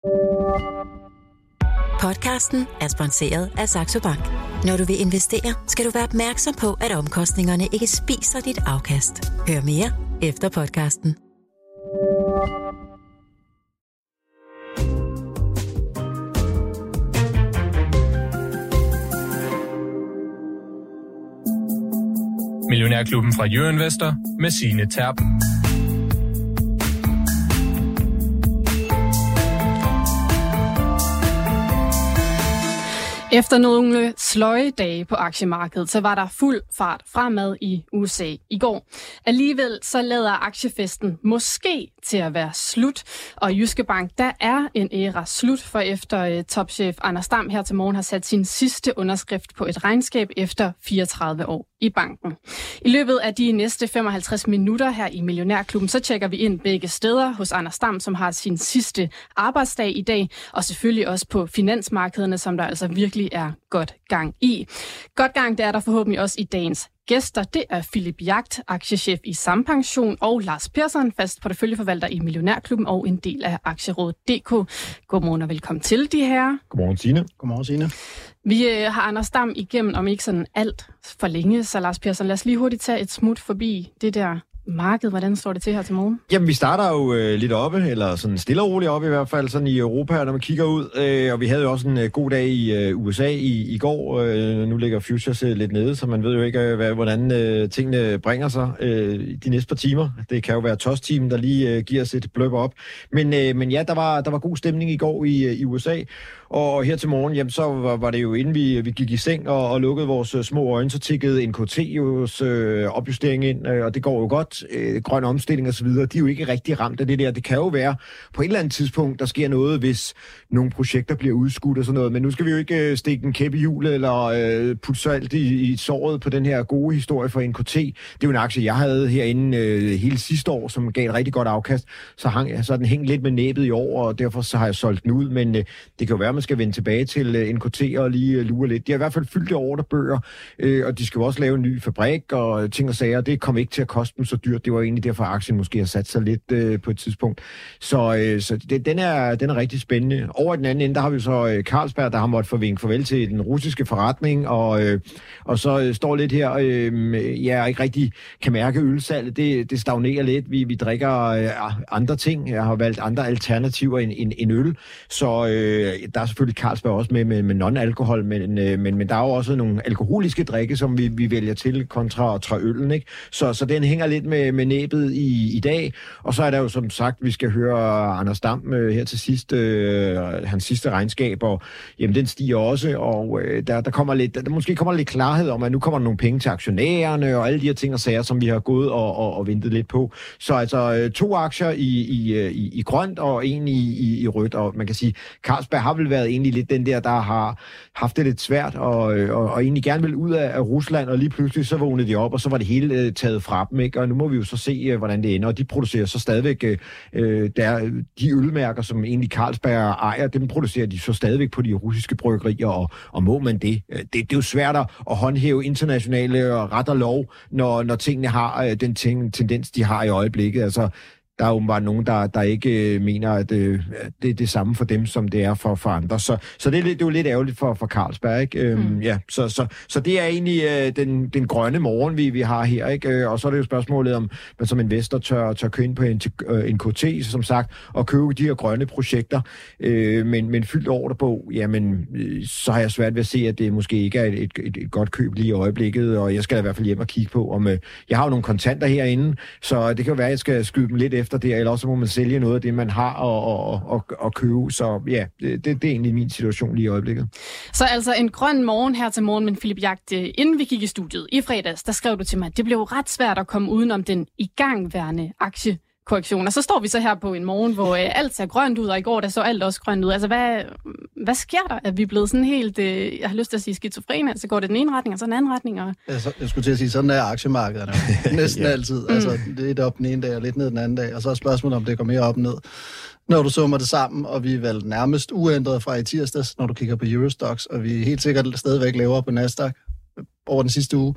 Podcasten er sponsoreret af Saxo Bank. Når du vil investere, skal du være opmærksom på, at omkostningerne ikke spiser dit afkast. Hør mere efter podcasten. Millionærklubben fra Jørgen med Signe Terp. Efter nogle sløje dage på aktiemarkedet, så var der fuld fart fremad i USA i går. Alligevel så lader aktiefesten måske til at være slut, og i Jyske Bank, der er en æra slut, for efter topchef Anders Dam her til morgen har sat sin sidste underskrift på et regnskab efter 34 år i banken. I løbet af de næste 55 minutter her i Millionærklubben, så tjekker vi ind begge steder hos Anders Dam, som har sin sidste arbejdsdag i dag, og selvfølgelig også på finansmarkederne, som der altså virkelig er godt gang i. Godt gang, det er der forhåbentlig også i dagens gæster. Det er Philip Jagt, aktiechef i Sampension, og Lars Persson, fast porteføljeforvalter i Millionærklubben og en del af Aktierådet.dk. Godmorgen og velkommen til de her. Godmorgen, Signe. Godmorgen, Signe. Vi har Anders Dam igennem, om ikke sådan alt for længe, så Lars Persson, lad os lige hurtigt tage et smut forbi det der marked. Hvordan står det til her til morgen? Jamen, vi starter jo lidt oppe, eller sådan stille og roligt oppe i hvert fald, sådan i Europa, når man kigger ud. Og vi havde jo også en god dag i USA i går. Nu ligger futures lidt nede, så man ved jo ikke, hvordan tingene bringer sig de næste par timer. Det kan jo være TOS-teamen, der lige giver os et bløb op. Men ja, der var god stemning i går i USA. Og her til morgen, jamen, så var det jo inden vi gik i seng og lukkede vores små øjne, så tikkede NKT's opjustering ind, og det går jo godt. Grøn omstilling og så videre, de er jo ikke rigtig ramt af det der. Det kan jo være på et eller andet tidspunkt, der sker noget, hvis nogle projekter bliver udskudt og sådan noget. Men nu skal vi jo ikke stikke en kæp i hjulet eller putte salt i såret på den her gode historie for NKT. Det er jo en aktie, jeg havde herinde hele sidste år, som gav et rigtig godt afkast. Så har den hængt lidt med næbet i år, og derfor så har jeg solgt den ud. Men det kan jo være, at man skal vende tilbage til NKT og lige lure lidt. De har i hvert fald fyldt det ordrebøger, og de skal jo også lave en ny fabrik og ting og sager. Det kommer ikke til at koste dem så dyrt. Det var egentlig derfor, at aktien måske har sat sig lidt på et tidspunkt. Så den er rigtig spændende. Over i den anden ende, der har vi så Carlsberg, der har måttet forvinke farvel til den russiske forretning, og så står lidt her, jeg ikke rigtig kan mærke ølsalget. Det stagnerer lidt. Vi drikker andre ting. Jeg har valgt andre alternativer end øl. Så der er selvfølgelig Carlsberg også med non-alkohol, men der er jo også nogle alkoholiske drikke, som vi vælger til kontra øllen, ikke? Så den hænger lidt med næbet i dag, og så er der jo som sagt, vi skal høre Anders Dam her til sidst, hans sidste regnskab, og jamen, den stiger også, og der måske kommer lidt klarhed om, at nu kommer der nogle penge til aktionærerne, og alle de her ting og sager, som vi har gået og ventet lidt på. Så altså 2 aktier i grønt, og en i rødt, og man kan sige, Carlsberg har vel været egentlig lidt den der har haft det lidt svært, og egentlig gerne vil ud af Rusland, og lige pludselig så vågnede de op, og så var det hele taget fra dem, ikke? Og nu må vi jo så se, hvordan det ender, og de producerer så stadigvæk, de ølmærker, som egentlig Carlsberg ejer, dem producerer de så stadigvæk på de russiske bryggerier, og må man det? Det er jo svært at håndhæve internationale ret og lov, når tingene har den tendens, de har i øjeblikket. Altså, der er åbenbart nogen, der ikke mener, at det er det samme for dem, som det er for andre. Så det er jo lidt ærgerligt for Carlsberg, ikke? Ja, så det er egentlig den grønne morgen, vi har her, ikke? Og så er det jo spørgsmålet, om man som investor tør købe ind på NKT, som sagt, og købe de her grønne projekter, men fyldt ordrebog, jamen, så har jeg svært ved at se, at det måske ikke er et godt køb lige i øjeblikket, og jeg skal i hvert fald hjem og kigge på, om jeg har jo nogle kontanter herinde, så det kan jo være, at jeg skal skyde dem lidt efter det, eller også må man sælge noget af det, man har og købe. Så ja, det er egentlig min situation lige i øjeblikket. Så altså en grøn morgen her til morgen, men Philip Jagt, inden vi gik i studiet i fredags, der skrev du til mig, at det blev ret svært at komme udenom den igangværende aktiekorrektion. Og så står vi så her på en morgen, hvor alt ser grønt ud, og i går der så alt også grønt ud. Altså hvad sker der, at vi er blevet sådan helt, jeg har lyst til at sige skizofrene, altså går det den ene retning, og så den anden retning? Og... Jeg skulle til at sige, sådan er aktiemarkederne næsten altid. Altså lidt op den ene dag, og lidt ned den anden dag, og så er spørgsmålet, om det går mere op og ned. Når du summer det sammen, og vi er vel nærmest uændret fra i tirsdags, når du kigger på Eurostoxx, og vi er helt sikkert stadigvæk lavere på Nasdaq over den sidste uge,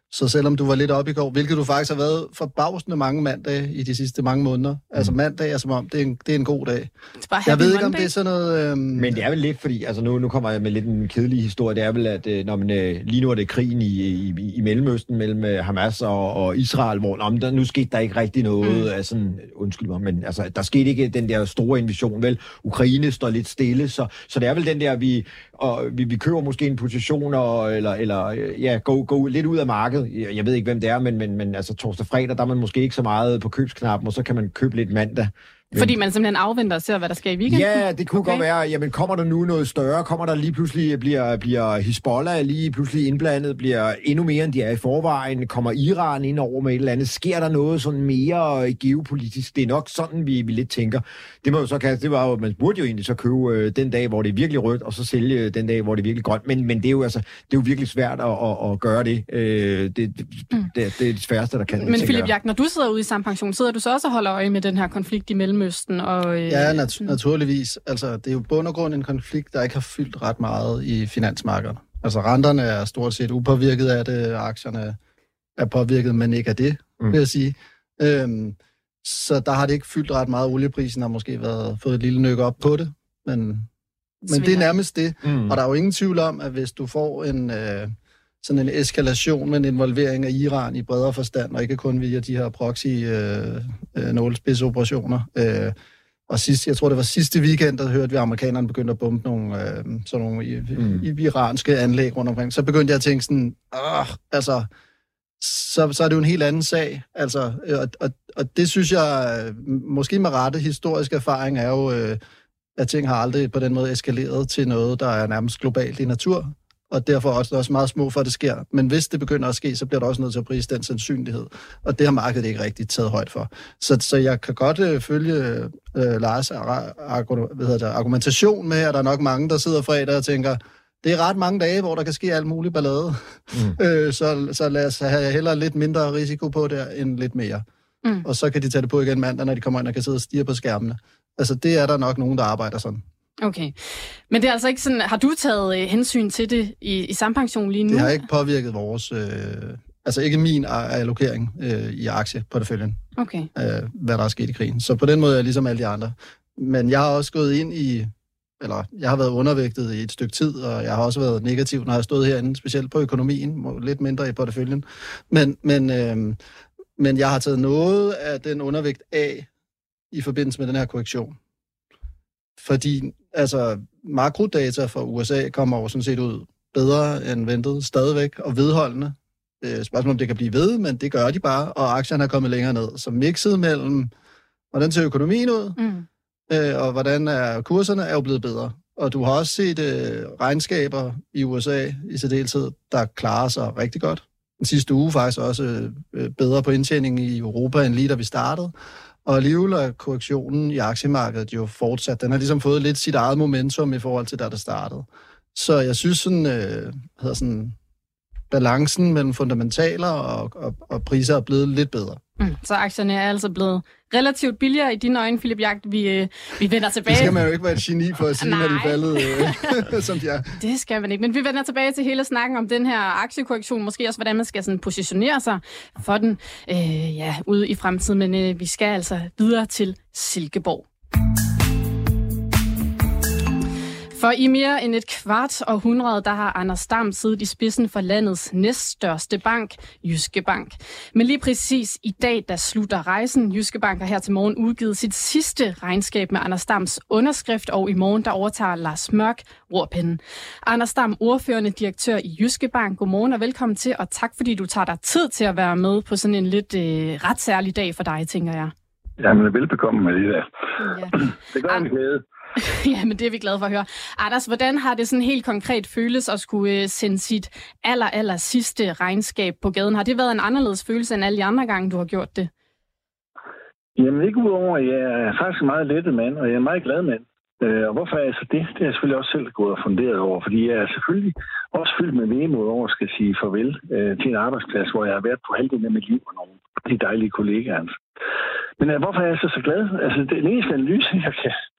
Så selvom du var lidt oppe i går, hvilket du faktisk har været forbavsende mange mandage i de sidste mange måneder. Altså mandag er som om, det er en god dag. Jeg ved ikke, om det er sådan noget... Men det er vel lidt, fordi altså nu kommer jeg med lidt en kedelig historie. Det er vel, at når man, lige nu er det krigen i Mellemøsten mellem Hamas og Israel, hvor nu skete der ikke rigtig noget. Altså, undskyld mig, men altså, der skete ikke den der store invasion, vel? Ukraine står lidt stille, så det er vel den der, vi køber måske en position, eller gå lidt ud af markedet. Jeg ved ikke, hvem det er, men altså torsdag fredag, der er man måske ikke så meget på købsknappen, og så kan man købe lidt mandag. Fordi man simpelthen afventer og ser, hvad der sker i weekenden? Ja, det kunne godt være. Jamen, kommer der nu noget større? Kommer der lige pludselig, bliver Hizbollah lige pludselig indblandet, bliver endnu mere, end de er i forvejen? Kommer Iran ind over med et eller andet? Sker der noget sådan mere geopolitisk? Det er nok sådan, vi lidt tænker. Det må jo så kaste, det var jo, man burde jo egentlig så købe den dag, hvor det er virkelig rødt, og så sælge den dag, hvor det er virkelig grønt. Men det er jo altså, det er jo virkelig svært at gøre det. Det er det sværeste, der kan. Men Philip Jack, når du sidder ude i Sampension, sidder du så også og holder øje med den her konflikt imellem Østen og... Ja, naturligvis. Altså, det er jo bund og grund en konflikt, der ikke har fyldt ret meget i finansmarkederne. Altså, renterne er stort set upåvirket af det, aktierne er påvirket, men ikke af det, vil jeg sige. Så der har det ikke fyldt ret meget. Olieprisen har måske fået et lille nyk op på det, men det er nærmest det. Og der er jo ingen tvivl om, at hvis du får sådan en eskalation med en involvering af Iran i bredere forstand, og ikke kun via de her proxy nålespidsoperationer. Og jeg tror det var sidste weekend, der hørte vi amerikanerne begynde at bombe nogle iranske anlæg rundt omkring. Så begyndte jeg at tænke sådan, så er det jo en helt anden sag. Altså, og det synes jeg, måske med rette historisk erfaring, er jo, at ting har aldrig på den måde eskaleret til noget, der er nærmest globalt i natur. Og derfor også meget små for, at det sker. Men hvis det begynder at ske, så bliver der også nødt til at prise den sandsynlighed. Og det har markedet ikke rigtig taget højt for. Så jeg kan godt følge Lars' argumentation med, at der er nok mange, der sidder fredag og tænker, det er ret mange dage, hvor der kan ske alt muligt ballade. Så lad os have hellere lidt mindre risiko på det, end lidt mere. Og så kan de tage det på igen mandag, når de kommer ind og kan sidde og stirre på skærmene. Altså, det er der nok nogen, der arbejder sådan. Okay. Men det er altså ikke sådan, har du taget hensyn til det i Sampension lige nu? Det har ikke påvirket vores, altså ikke min allokering i aktieporteføljen, hvad der er sket i krigen. Så på den måde er jeg ligesom alle de andre. Men jeg har også gået ind jeg har været undervægtet i et stykke tid, og jeg har også været negativ, når jeg har stået herinde, specielt på økonomien, lidt mindre i porteføljen. Men jeg har taget noget af den undervægt af i forbindelse med den her korrektion. Fordi altså, makrodata fra USA kommer jo sådan set ud bedre end ventet stadigvæk, og vedholdende. Spørgsmålet om det kan blive ved, men det gør de bare, og aktierne er kommet længere ned. Så mixet mellem, hvordan ser økonomien ud, og hvordan er kurserne, er jo blevet bedre. Og du har også set regnskaber i USA i særdeleshed, der klarer sig rigtig godt. Den sidste uge faktisk også bedre på indtjeningen i Europa, end lige da vi startede. Og alligevel er korrektionen i aktiemarkedet jo fortsat. Den har ligesom fået lidt sit eget momentum i forhold til, da det startede. Så jeg synes, sådan, balancen mellem fundamentaler og priser er blevet lidt bedre. Så aktierne er altså blevet relativt billigere i dine øjne, Philip Jack. Vi vender tilbage. Det skal man jo ikke være et geni for at sige, når de er faldet, som de er. Det skal man ikke. Men vi vender tilbage til hele snakken om den her aktiekorrektion. Måske også, hvordan man skal sådan positionere sig for den ude i fremtiden. Men vi skal altså videre til Silkeborg. For i mere end et kvart århundrede, der har Anders Dam siddet i spidsen for landets næststørste bank, Jyske Bank. Men lige præcis i dag, der slutter rejsen. Jyske Bank har her til morgen udgivet sit sidste regnskab med Anders Dams underskrift, og i morgen, der overtager Lars Mørk rorpinden. Anders Dam, ordførende direktør i Jyske Bank. Godmorgen og velkommen til, og tak fordi du tager dig tid til at være med på sådan en lidt ret særlig dag for dig, tænker jeg. Jamen, velbekomme med det der. Ja. Det gør en glæde. Ja, men det er vi glade for at høre. Anders, hvordan har det sådan helt konkret føles at skulle sende sit aller sidste regnskab på gaden? Har det været en anderledes følelse end alle de andre gange, du har gjort det? Jamen ikke udover, jeg er faktisk en meget lettet mand, og jeg er en meget glad mand. Og hvorfor er jeg så det? Det er jeg selvfølgelig også selv gået og funderet over, fordi jeg er selvfølgelig også fyldt med vemod over at skal sige farvel til en arbejdsplads, hvor jeg har været på halvdelen af mit liv og nogle af de dejlige kollegaer. Men hvorfor er jeg så glad? Altså, det eneste analyse,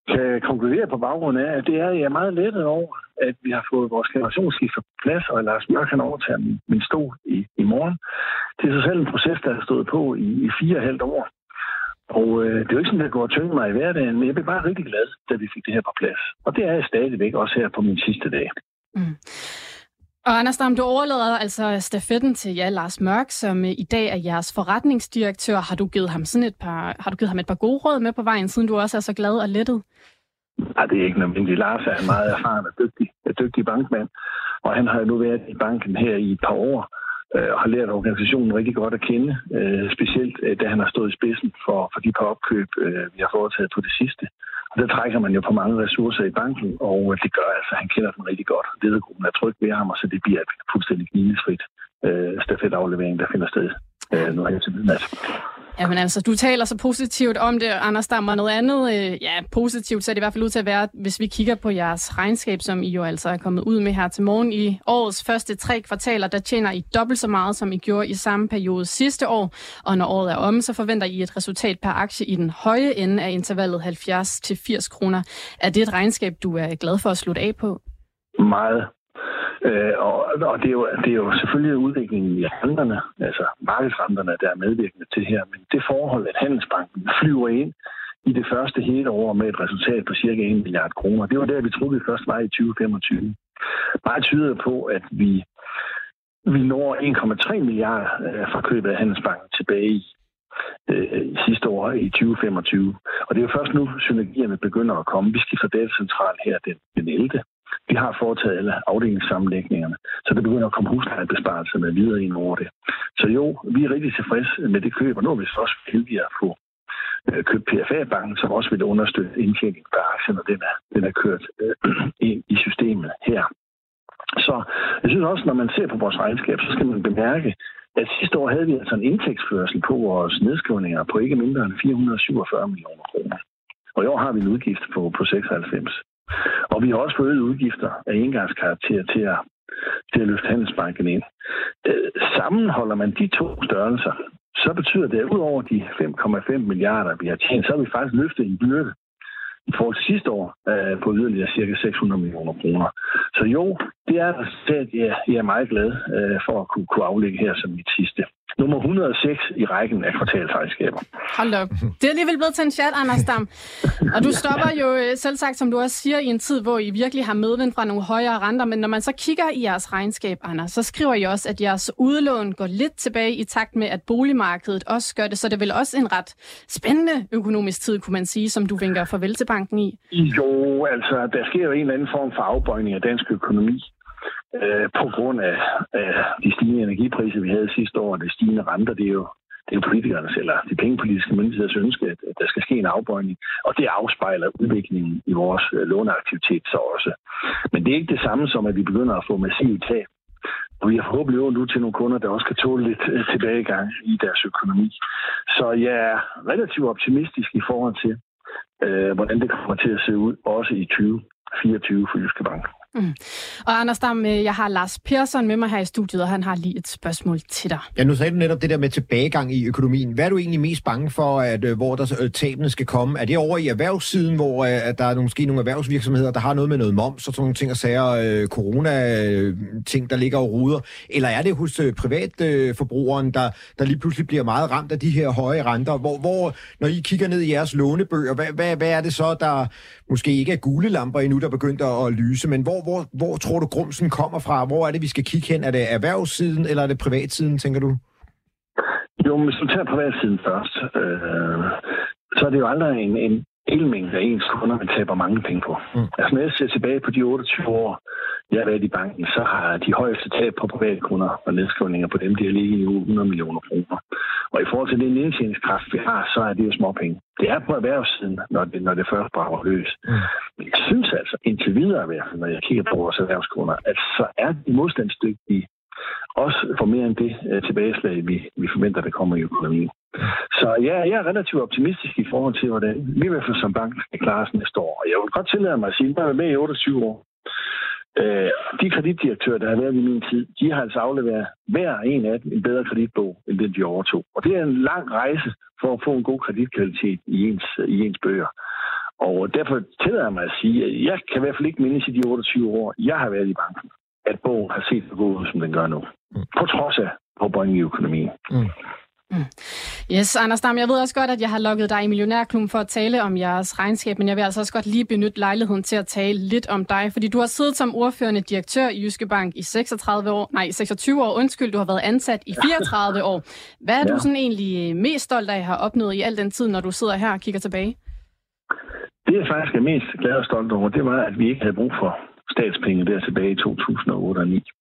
kan konkludere på baggrund af, at det er, jeg er meget lettet over, at vi har fået vores generationsskifter på plads, og Lars Mørk kan overtage min stol i morgen. Det er så selv en proces, der har stået på i 4,5 år. Og det er jo ikke sådan, at det går at tynge mig i hverdagen, men jeg blev bare rigtig glad, da vi fik det her på plads. Og det er jeg stadigvæk også her på min sidste dag. Mm. Og Anders Dam, du overlader altså stafetten til Lars Mørk, som i dag er jeres forretningsdirektør. Har du givet ham et par gode råd med på vejen, siden du også er så glad og lettet? Nej, det er ikke nødvendigt. Lars er en meget erfaren og dygtig bankmand, og han har jo nu været i banken her i et par år, og har lært organisationen rigtig godt at kende, specielt da han har stået i spidsen for de par opkøb, vi har foretaget på det sidste. Og der trækker man jo på mange ressourcer i banken, og det gør altså, han kender den rigtig godt. Ledergruppen er tryg ved ham, og så det bliver et fuldstændig gnidningsfrit stafetaflevering, der finder sted nu her til midnat. Jamen altså, du taler så positivt om det, Anders Dam, og noget andet positivt, så er det i hvert fald ud til at være, hvis vi kigger på jeres regnskab, som I jo altså er kommet ud med her til morgen. I årets første 3 kvartaler, der tjener I dobbelt så meget, som I gjorde i samme periode sidste år. Og når året er omme, så forventer I et resultat per aktie i den høje ende af intervallet 70 til 80 kroner. Er det et regnskab, du er glad for at slutte af på? Meget. Og det er jo selvfølgelig udviklingen i renterne, altså markedsrenterne, der er medvirkende til her, men det forhold, at Handelsbanken flyver ind i det første hele år med et resultat på cirka 1 milliard kroner, det var der, vi troede, vi først var i 2025. Meget tyder på, at vi når 1,3 milliarder fra købet af Handelsbanken tilbage i sidste år i 2025. Og det er jo først nu, synergierne begynder at komme. Vi skifter datacentral her den 11. Vi har foretaget alle afdelingssammenlægningerne, så det begynder at komme huslejebesparelser med videre ind over det. Så jo, vi er rigtig tilfredse med det køb, og nu er vi så også heldige at få købt PFA-banken, som også vil understøtte indtjeningen på aktien, og den er kørt ind i systemet her. Så jeg synes også, når man ser på vores regnskab, så skal man bemærke, at sidste år havde vi altså en indtægtsførsel på vores nedskrivninger på ikke mindre end 447 millioner kroner. Og i år har vi en udgift på 96. Og vi har også fået udgifter af engangskarakter til at løfte Handelsbanken ind. Sammenholder man de to størrelser, så betyder det, at ud over de 5,5 milliarder, vi har tjent, så har vi faktisk løftet en byrde i forhold til sidste år på yderligere ca. 600 millioner kroner. Så jo, det er et resultat, jeg er meget glad for at kunne aflægge her som mit sidste. Nummer 106 i rækken af kvartalsregnskaber. Hold op. Det er alligevel blevet til en chat, Anders Dam. Og du stopper jo selv sagt, som du også siger, i en tid, hvor I virkelig har medvind fra nogle højere renter. Men når man så kigger i jeres regnskab, Anders, så skriver I også, at jeres udlån går lidt tilbage i takt med, at boligmarkedet også gør det. Så det er vel også en ret spændende økonomisk tid, kunne man sige, som du vinker farvel til banken i? Jo, altså, der sker jo en eller anden form for afbøjning af dansk økonomi. På grund af de stigende energipriser, vi havde sidste år, og de stigende renter, det er jo politikernes eller de pengepolitiske myndigheders ønske, at der skal ske en afbøjning, og det afspejler udviklingen i vores låneaktivitet så også. Men det er ikke det samme som, at vi begynder at få massive tab. Og vi har forhåbentlig lånt ud til nogle kunder, der også kan tåle lidt tilbagegang i deres økonomi. Så jeg er relativt optimistisk i forhold til, hvordan det kommer til at se ud, også i 2024 for Jyske Bank. Mm. Og Anders Dam, jeg har Lars Persson med mig her i studiet, og han har lige et spørgsmål til dig. Ja, nu sagde du netop det der med tilbagegang i økonomien. Hvad er du egentlig mest bange for, hvor der tabene skal komme? Er det over i erhvervssiden, hvor der er måske nogle erhvervsvirksomheder, der har noget med noget moms og sådan nogle ting og sager, corona-ting, der ligger og ruder? Eller er det hos privatforbrugeren, der lige pludselig bliver meget ramt af de her høje renter? Hvor når I kigger ned i jeres lånebøger, hvad er det så, der måske ikke er gule lamper endnu, der begynder at lyse, men hvor tror du grumsen kommer fra? Hvor er det, vi skal kigge hen? Er det erhvervssiden, eller er det privatsiden, tænker du? Jo, hvis du tager privatsiden først, så er det jo aldrig en elmængde af ens kunder, man taber mange penge på. Altså når jeg ser tilbage på de 28 år, jeg har været i banken, så har de højeste tab på private kunder og nedskrivninger på dem, de har ligget i 100 millioner kroner. Og i forhold til den indtjeningskraft, vi har, så er det jo småpenge. Det er på erhvervssiden, når det først brager løs. Men jeg synes altså, indtil videre i hvert fald, når jeg kigger på vores erhvervskunder, at så er de modstandsdygtige også for mere end det tilbageslag, vi forventer, der kommer i økonomien. Så jeg er relativt optimistisk i forhold til, hvordan vi i hvert fald som bank skal klare os næste år. Og jeg vil godt tillade mig at sige, at jeg er med i 28 år. De kreditdirektører, der har været i min tid, de har altså afleveret hver en af dem en bedre kreditbog, end den de overtog. Og det er en lang rejse for at få en god kreditkvalitet i ens bøger. Og derfor tillader jeg mig at sige, at jeg kan i hvert fald ikke mindes i de 28 år, jeg har været i banken, at bogen har set så god ud, som den gør nu. På trods af påbringning i økonomien. Yes, Anders Dam, jeg ved også godt, at jeg har lukket dig i Millionærklubben for at tale om jeres regnskab, men jeg vil altså også godt lige benytte lejligheden til at tale lidt om dig, fordi du har siddet som ordførende direktør i Jyske Bank i 26 år. Undskyld, du har været ansat i 34 år. Hvad er du sådan egentlig mest stolt af at have opnået i al den tid, når du sidder her og kigger tilbage? Det jeg faktisk er mest glad og stolt over, det var, at vi ikke havde brug for statspenge der tilbage i 2008 og 2009.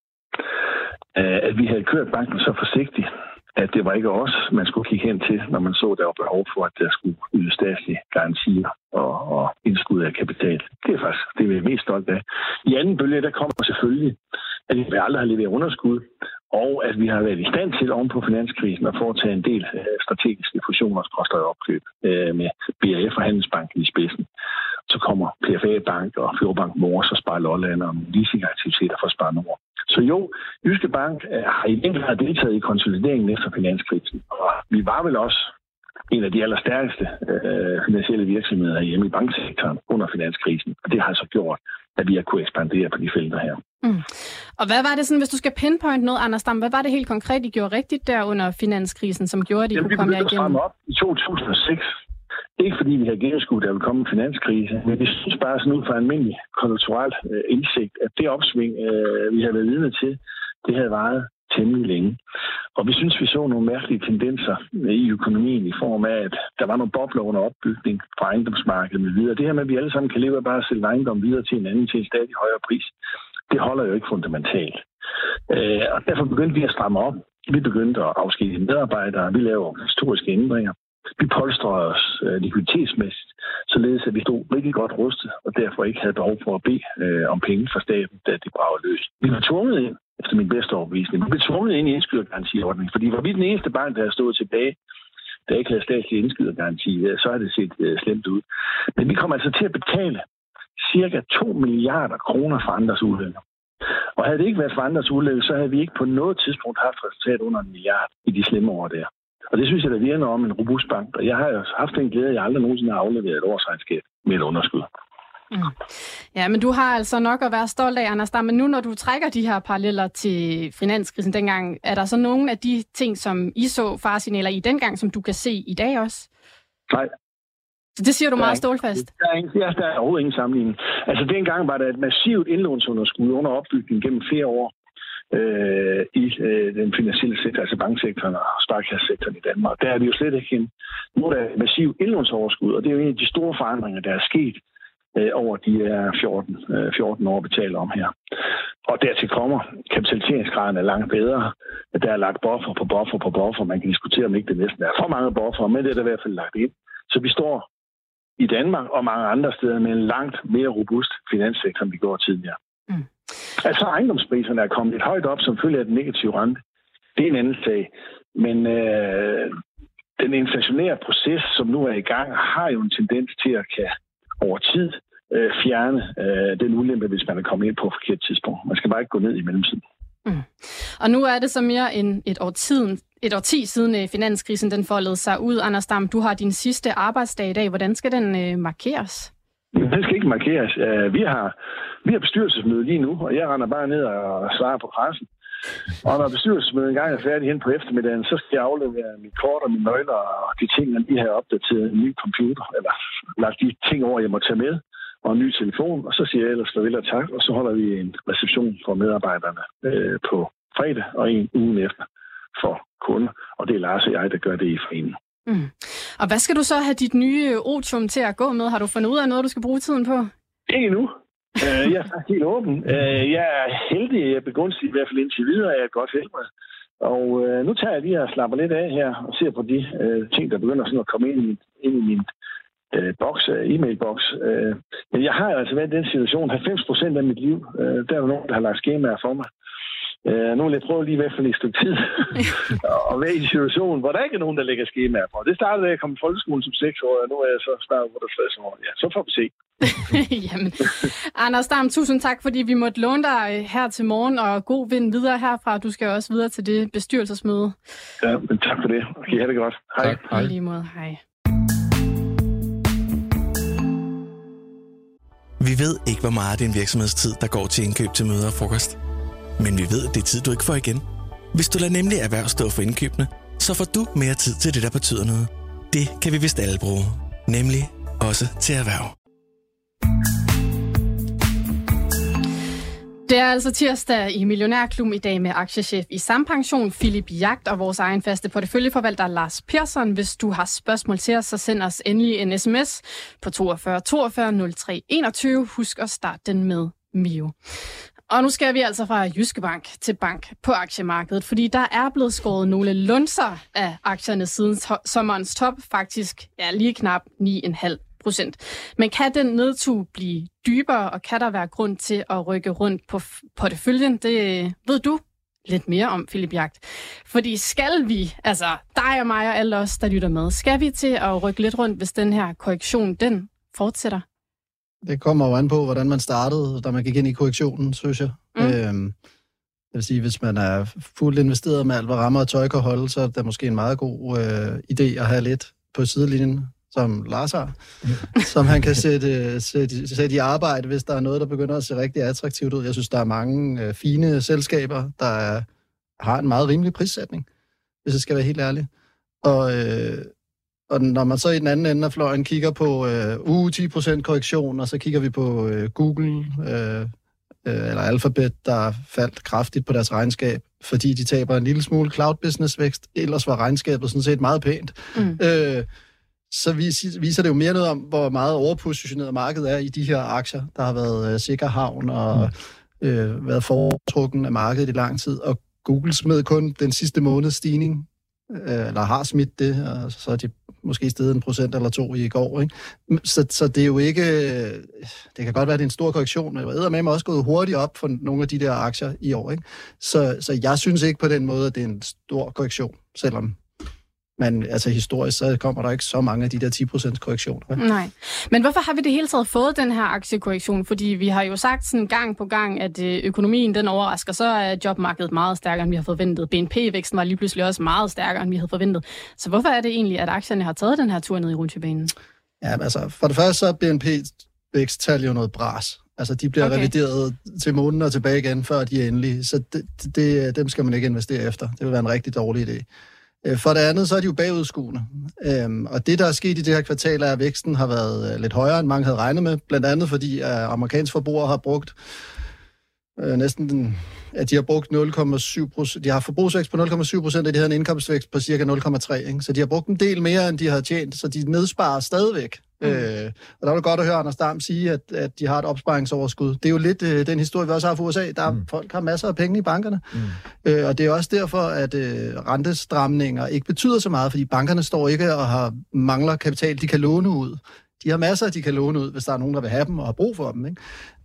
At vi havde kørt banken så forsigtigt, at det var ikke os, man skulle kigge hen til, når man så, der var behov for, at der skulle yde statslige garantier og indskud af kapital. Det er faktisk det, vi er mest stolt af. I anden bølge, der kommer selvfølgelig, at vi aldrig har leveret underskud, og at vi har været i stand til oven på finanskrisen at foretage en del strategiske fusioner og opkøb med BRF og Handelsbanken i spidsen. Så kommer PFA Bank og Fjordbank Mors og Spar Lolland og leasingaktiviteter for Spar Nord. Så jo, Jyske Bank har i den grad deltaget i konsolideringen efter finanskrisen. Og vi var vel også en af de allerstærkeste finansielle virksomheder hjemme i banksektoren under finanskrisen. Og det har så gjort, at vi har kunnet ekspandere på de felter her. Og hvad var det sådan, hvis du skal pinpointe noget, Anders Dam, hvad var det helt konkret, I gjorde rigtigt der under finanskrisen, som gjorde, at I kunne komme jer igennem? Vi begyndte at op i 2006. Ikke fordi vi havde gennemskuet, der ville komme en finanskrise, men vi synes bare sådan ud fra en almindelig konjunkturel indsigt, at det opsving, vi havde været vidne til, det havde varet temmelig længe. Og vi synes, vi så nogle mærkelige tendenser i økonomien i form af, at der var nogle bobler under opbygning fra ejendomsmarkedet med videre. Det her med, at vi alle sammen kan leve af bare at sælge ejendom videre til en anden til en stadig højere pris, det holder jo ikke fundamentalt. Og derfor begyndte vi at stramme op. Vi begyndte at afskedige medarbejdere. Vi lavede organisatoriske ændringer. Vi polstrede os likviditetsmæssigt, således at vi stod rigtig godt rustet, og derfor ikke havde behov for at bede om penge fra staten, da det bragede løs. Vi var tvunget ind, efter min bedste overbevisning, vi blev tvunget ind i indskydergarantiordningen, fordi var vi den eneste bank, der havde stået tilbage, der ikke havde statslig indskydergaranti, så har det set slemt ud. Men vi kom altså til at betale cirka 2 milliarder kroner for andres ulykker. Og havde det ikke været for andres ulykker, så havde vi ikke på noget tidspunkt haft resultat under 1 milliard i de slemme år der. Og det synes jeg, der virker om en robust bank. Og jeg har jo haft den glæde, at jeg aldrig nogensinde har afleveret et årsregnskab med et underskud. Ja, men du har altså nok at være stolt af, Anders Dam. Men nu, når du trækker de her paralleller til finanskrisen dengang, er der så nogle af de ting, som I så faresignaler i dengang, som du kan se i dag også? Nej. Så det siger du meget stålfast? Der er overhovedet ingen sammenligning. Altså dengang var der et massivt indlånsunderskud under opbygning gennem flere år i den finansielle sektor, altså banksektoren og sparkassesektoren i Danmark. Der er vi jo slet ikke hen. Nu er der et massivt indlånsoverskud, og det er jo en af de store forandringer, der er sket over de 14 år, vi taler om her. Og dertil kommer, kapitaliseringsgraden er langt bedre. Der er lagt buffer på buffer. Man kan diskutere, om ikke det næsten er for mange buffer, men det er der i hvert fald lagt ind. Så vi står i Danmark og mange andre steder med en langt mere robust finanssektor, end vi gjorde tidligere. Altså ejendomspriserne er kommet lidt højt op, som følge af den negative rente. Det er en anden sag. Men den inflationære proces, som nu er i gang, har jo en tendens til at kan over tid fjerne den ulempe, hvis man er kommet ind på et forkert tidspunkt. Man skal bare ikke gå ned i mellemtiden. Og nu er det så mere end et årti siden finanskrisen den foldede sig ud. Anders Dam, du har din sidste arbejdsdag i dag. Hvordan skal den markeres? Den skal ikke markeres. Vi har bestyrelsesmøde lige nu, og jeg render bare ned og svarer på pressen. Og når bestyrelsesmødet engang er færdig hen på eftermiddagen, så skal jeg aflevere mit kort og mine nøgler og de ting, jeg lige har opdateret en ny computer, eller lagt de ting over, jeg må tage med, og en ny telefon, og så siger jeg ellers farvel og tak, og så holder vi en reception for medarbejderne på fredag og en uge efter for kunder, og det er Lars og jeg, der gør det i foreningen. Og hvad skal du så have dit nye otium til at gå med? Har du fundet ud af noget, du skal bruge tiden på? Ikke endnu. Jeg er faktisk helt åben. Jeg er heldig, jeg begunstiger i hvert fald indtil videre af et godt helbred. Og nu tager jeg lige og slapper lidt af her og ser på de ting, der begynder sådan at komme ind i min e-mailboks. Men jeg har jo altså været i den situation, 90% af mit liv, der er nogen, der har lagt skemaer for mig. Nu vil jeg prøve lige i hvert fald et stykke tid at være i en situation, hvor der ikke er nogen, der lægger skemaer på. Det startede, da jeg kom i folkeskolen som 6 år, og nu er jeg så snart 68 år. Ja, så får vi se. Jamen, Anders Dam, tusind tak, fordi vi måtte låne dig her til morgen, og god vind videre herfra. Du skal også videre til det bestyrelsesmøde. Ja, men tak for det. Okay, have det godt. Hej. Tak. Hej. På lige måde, hej. Vi ved ikke, hvor meget af din virksomhedstid, der går til indkøb til møder og frokost. Men vi ved, at det er tid, du ikke får igen. Hvis du lader nemlig erhverv stå for indkøbene, så får du mere tid til det, der betyder noget. Det kan vi vist alle bruge. Nemlig også til erhverv. Det er altså tirsdag i Millionærklubben i dag med aktiechef i Sampension, Philip Jagt, og vores egen faste porteføljeforvalter, Lars Persson. Hvis du har spørgsmål til os, så send os endelig en sms på 42 42 03 21. Husk at starte den med Mio. Og nu skal vi altså fra Jyske Bank til bank på aktiemarkedet, fordi der er blevet skåret nogle lunser af aktierne siden sommerens top, faktisk lige knap 9,5%. Men kan den nedtug blive dybere, og kan der være grund til at rykke rundt på porteføljen? Det ved du lidt mere om, Philip Jagt. Fordi skal vi, altså dig og mig og alle os, der lytter med, skal vi til at rykke lidt rundt, hvis den her korrektion, den fortsætter? Det kommer jo an på, hvordan man startede, da man gik ind i korrektionen, synes jeg. Det vil sige, hvis man er fuldt investeret med alt, hvad rammer og tøj kan holde, så er det måske en meget god idé at have lidt på sidelinjen, som Lars har, som han kan sætte i arbejde, hvis der er noget, der begynder at se rigtig attraktivt ud. Jeg synes, der er mange fine selskaber, har en meget rimelig prissætning, hvis jeg skal være helt ærlig. Og når man så i den anden ende af fløjen kigger på 10% korrektion, og så kigger vi på Google eller Alphabet, der faldt kraftigt på deres regnskab, fordi de taber en lille smule cloud business vækst. Ellers var regnskabet sådan set meget pænt. Så viser det jo mere noget om, hvor meget overpositioneret markedet er i de her aktier, der har været sikker havn og været foretrukken af markedet i lang tid. Og Google smed kun den sidste måneds stigning, eller har smidt det, og så er de måske steget 1% eller 2% i går. Ikke? Så det er jo ikke... Det kan godt være, at det er en stor korrektion, men det er også gået hurtigt op for nogle af de der aktier i år. Ikke? Så jeg synes ikke på den måde, at det er en stor korrektion, selvom... Men altså historisk, så kommer der ikke så mange af de der 10% korrektioner. Nej. Men hvorfor har vi det hele taget fået den her aktiekorrektion? Fordi vi har jo sagt sådan gang på gang, at økonomien den overrasker. Så er jobmarkedet meget stærkere, end vi har forventet. BNP-væksten var lige pludselig også meget stærkere, end vi havde forventet. Så hvorfor er det egentlig, at aktierne har taget den her tur ned i rutsjebanen? Ja, altså for det første så er BNP-væksttal jo noget bras. Altså de bliver revideret til måneden og tilbage igen, før de er endelige. Så dem skal man ikke investere efter. Det vil være en rigtig dårlig idé. For det andet, så er de jo bagudskuende. Og det, der er sket i det her kvartal, er, at væksten har været lidt højere, end mange havde regnet med. Blandt andet fordi amerikanske forbrugere har brugt de har brugt 0,7%. De har forbrugsvækst på 0,7%, og de havde en indkomstvækst på cirka 0,3%. Ikke? Så de har brugt en del mere, end de har tjent, så de nedsparer stadigvæk. Og der er det godt at høre Anders Dam sige, at de har et opsparingsoverskud. Det er jo lidt den historie, vi også har for USA. Folk har masser af penge i bankerne. Og det er også derfor, at rentestramninger ikke betyder så meget, fordi bankerne står ikke og mangler kapital, de kan låne ud. De har masser, de kan låne ud, hvis der er nogen, der vil have dem og har brug for dem. Ikke?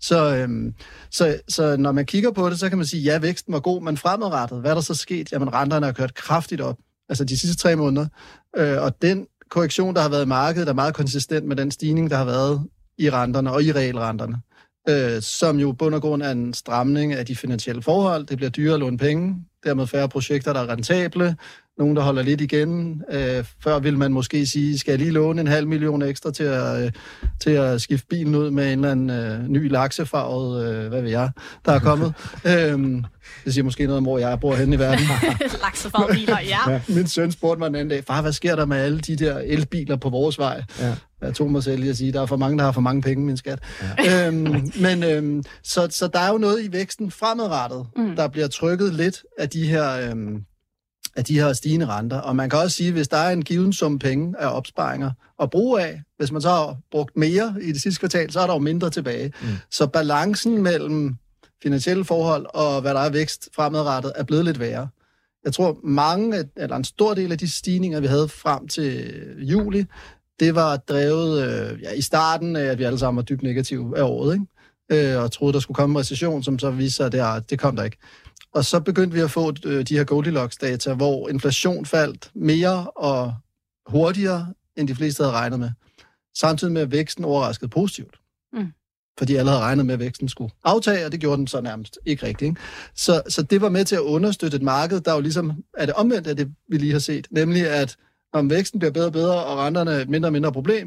Så når man kigger på det, så kan man sige, ja, væksten var god, men fremadrettet, hvad er der så sket? Jamen, renterne har kørt kraftigt op, altså de sidste 3 måneder. Og den korrektion, der har været i markedet, er meget konsistent med den stigning, der har været i renterne og i realrenterne, som jo bund og grund er en stramning af de finansielle forhold. Det bliver dyrere at låne penge, dermed færre projekter, der er rentable, nogen, der holder lidt igen. Før vil man måske sige, skal jeg lige låne 500.000 ekstra til at skifte bilen ud med en eller anden ny laksefarvet, hvad ved jeg, der er kommet. Det siger måske noget om, hvor jeg bor henne i verden. Laksefarvede biler, ja. Min søn spurgte mig den anden dag, far, hvad sker der med alle de der elbiler på vores vej? Ja. Jeg tog mig selv lige at sige, der er for mange, der har for mange penge, min skat. Ja. Så der er jo noget i væksten fremadrettet, der bliver trykket lidt af de her stigende renter. Og man kan også sige, hvis der er en given sum penge af opsparinger at bruge af, hvis man så har brugt mere i det sidste kvartal, så er der jo mindre tilbage. Så balancen mellem finansielle forhold og hvad der er vækst fremadrettet er blevet lidt værre. Jeg tror en stor del af de stigninger, vi havde frem til juli, det var drevet i starten af, at vi alle sammen var dybt negative af året, ikke? Og troede, der skulle komme en recession, som så viste sig, at det kom der ikke. Og så begyndte vi at få de her Goldilocks-data, hvor inflation faldt mere og hurtigere, end de fleste havde regnet med. Samtidig med, at væksten overraskede positivt. Fordi alle havde regnet med, at væksten skulle aftage, og det gjorde den så nærmest ikke rigtigt. Ikke? Så det var med til at understøtte et marked, der jo ligesom er det omvendt af det, vi lige har set. Nemlig, at om væksten bliver bedre og bedre, og renterne er et mindre og mindre problem,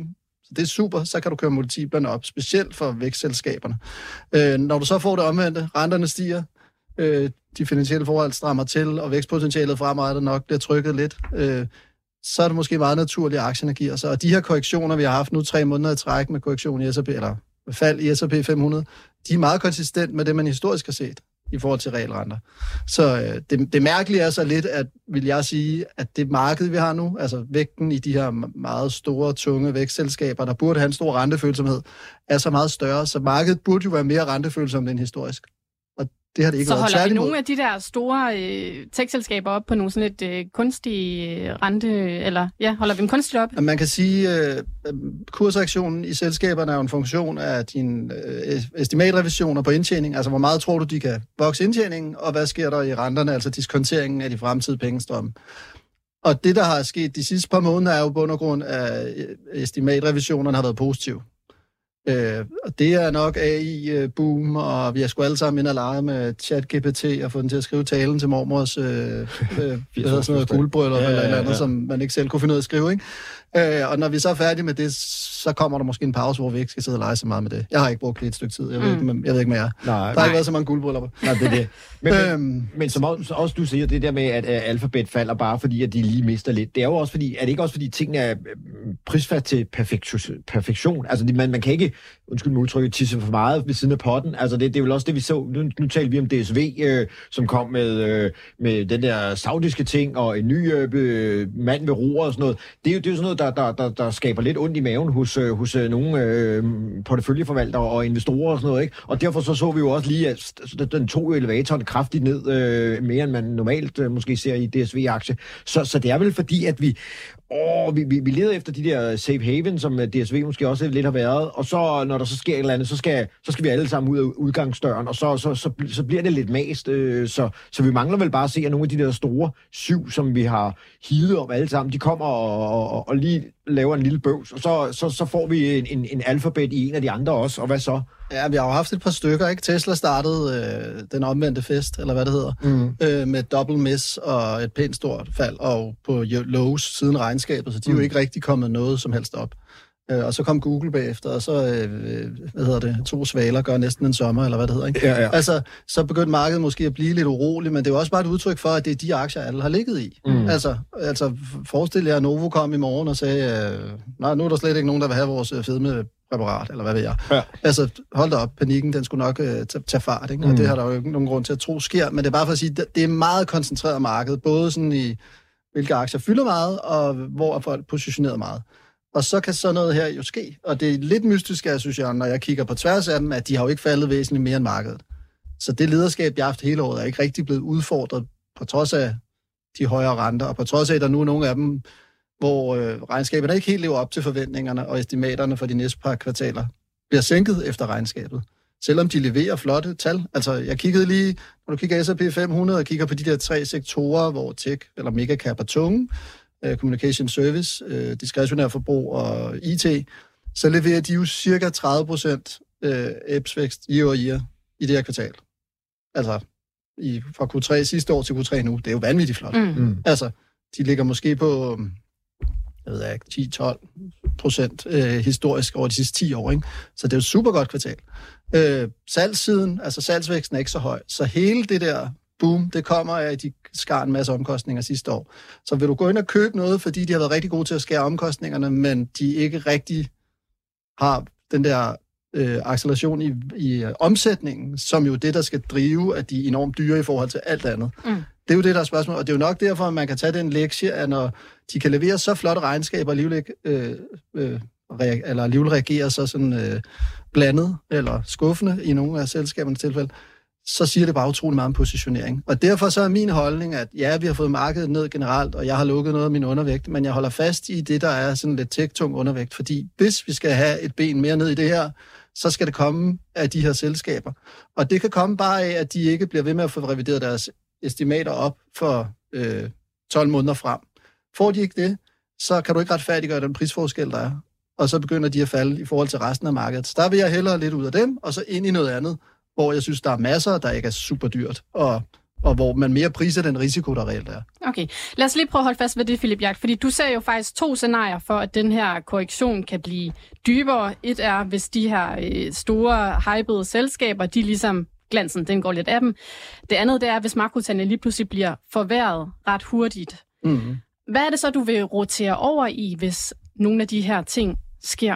Så det er super, så kan du køre multiplerne op, specielt for vækstselskaberne. Når du så får det omvendte, renterne stiger, de finansielle forhold strammer til, og vækstpotentialet fremadrettet nok bliver trykket lidt, så er det måske meget naturligt, at aktierne giver sig. Og de her korrektioner, vi har haft nu 3 måneder i træk med korrektion i S&P, eller fald i S&P 500, de er meget konsistent med det, man historisk har set i forhold til realrenter. Så det mærkelige er så lidt, at vil jeg sige, at det marked, vi har nu, altså vægten i de her meget store, tunge vækstselskaber, der burde have en stor rentefølsomhed, er så meget større, så markedet burde jo være mere rentefølsomt end historisk. Og det har det ikke været. Så holder vi nogle af de der store tech-selskaber op på nogle sådan et kunstige rente, eller holder vi dem kunstigt op? Man kan sige, at kursreaktionen i selskaberne er jo en funktion af dine estimatrevisioner på indtjening, altså hvor meget tror du, de kan vokse indtjeningen, og hvad sker der i renterne, altså diskonteringen af de fremtidige pengestrømme. Og det, der har sket de sidste par måneder, er jo bund og grund af estimatrevisionerne har været positive. Og det er nok AI-boom, og vi har sgu alle sammen ind og lege med ChatGPT og få den til at skrive talen til mormors guldbrød eller andet, som man ikke selv kunne finde ud af at skrive, ikke? Og når vi så er færdige med det, så kommer der måske en pause, hvor vi ikke skal sidde og lege så meget med det. Jeg har ikke brugt det et stykke tid. Jeg ved ikke mere. Der har ikke været så mange guldbrylluper. Nej, det er det. Men som også du siger, det der med, at Alphabet falder bare fordi, at de lige mister lidt. Det er jo også fordi, er det ikke også fordi, tingene er prisfat til perfektion? Altså, man kan ikke, undskyld mig udtrykket, tisse for meget ved siden af potten. Altså, det er vel også det, vi så. Nu talte vi om DSV, som kom med den der saudiske ting, og en ny mand ved roer og sådan noget. Det er jo sådan noget, der skaber lidt ondt i maven hos nogle porteføljeforvaltere og investorer og sådan noget, ikke? Og derfor så vi jo også lige, at den tog elevatoren kraftigt ned, mere end man normalt måske ser i DSV-aktie. Så det er vel fordi, at vi leder efter de der safe haven, som DSV måske også lidt har været, og så når der så sker et eller andet, så skal vi alle sammen ud af udgangsdøren, og så bliver det lidt mast. Så vi mangler vel bare at se, at nogle af de der store 7, som vi har hivet om alle sammen, de kommer og lige laver en lille bøvs, og så får vi en Alphabet i en af de andre også, og hvad så? Ja, vi har jo haft et par stykker, ikke? Tesla startede den omvendte fest, eller hvad det hedder, med double miss og et pænt stort fald, og på lows siden regnskabet, så de er jo ikke rigtig kommet noget som helst op. Og så kom Google bagefter, og så, 2 svaler gør næsten en sommer, eller hvad det hedder, ikke? Ja. Altså, så begyndte markedet måske at blive lidt uroligt, men det er jo også bare et udtryk for, at det er de aktier, alle har ligget i. Altså forestil jer, at Novo kom i morgen og sagde, nej, nu er der slet ikke nogen, der vil have vores fedmepræparat, eller hvad ved jeg. Ja. Altså, hold da op, panikken, den skulle nok tage fart, ikke? Og det har der jo ikke nogen grund til at tro sker, men det er bare for at sige, det er meget koncentreret marked, både sådan i, hvilke aktier fylder meget, og hvor er folk positioneret meget. Og så kan sådan noget her jo ske. Og det er lidt mystisk, synes jeg, når jeg kigger på tværs af dem, at de har jo ikke faldet væsentligt mere end markedet. Så det lederskab, de har haft hele året, er ikke rigtig blevet udfordret på trods af de højere renter, og på trods af, at der nu er nogle af dem, hvor regnskaberne ikke helt lever op til forventningerne, og estimaterne for de næste par kvartaler bliver sænket efter regnskabet. Selvom de leverer flotte tal. Altså, jeg kiggede lige, når du kigger S&P 500 og kigger på de der 3 sektorer, hvor tech eller megacap er tunge, communication service, diskretionær forbrug og IT, så leverer de jo cirka 30% EPS-vækst year i det her kvartal. Altså, fra Q3 sidste år til Q3 nu. Det er jo vanvittigt flot. Altså, de ligger måske på, jeg ved ikke, 10-12% historisk over de sidste 10 år, ikke? Så det er jo et super godt kvartal. Salgssiden, altså salgsvæksten er ikke så høj. Så hele det der boom, det kommer af, at de skar en masse omkostninger sidste år. Så vil du gå ind og købe noget, fordi de har været rigtig gode til at skære omkostningerne, men de ikke rigtig har den der acceleration i omsætningen, som jo det, der skal drive, at de er enormt dyre i forhold til alt andet. Det er jo det, der er spørgsmål, og det er jo nok derfor, at man kan tage den lektie, at når de kan levere så flotte regnskaber, alligevel reagerer så sådan blandet eller skuffende i nogle af selskabernes tilfælde, så siger det bare utrolig meget om positionering. Og derfor så er min holdning, at ja, vi har fået markedet ned generelt, og jeg har lukket noget af min undervægt, men jeg holder fast i det, der er sådan lidt tech-tung undervægt, fordi hvis vi skal have et ben mere ned i det her, så skal det komme af de her selskaber. Og det kan komme bare af, at de ikke bliver ved med at få revideret deres estimater op for 12 måneder frem. Får de ikke det, så kan du ikke retfærdiggøre den prisforskel, der er. Og så begynder de at falde i forhold til resten af markedet. Så der vil jeg hellere lidt ud af dem, og så ind i noget andet, hvor jeg synes, der er masser, der ikke er super dyrt, og og hvor man mere priser den risiko, der reelt er. Okay, lad os lige prøve at holde fast ved det, Philip Hjerth, fordi du ser jo faktisk 2 scenarier for, at den her korrektion kan blive dybere. Et er, hvis de her store, hypede selskaber, de ligesom glansen, den går lidt af dem. Det andet, det er, hvis makrotallene lige pludselig bliver forværret ret hurtigt. Mm-hmm. Hvad er det så, du vil rotere over i, hvis nogle af de her ting sker?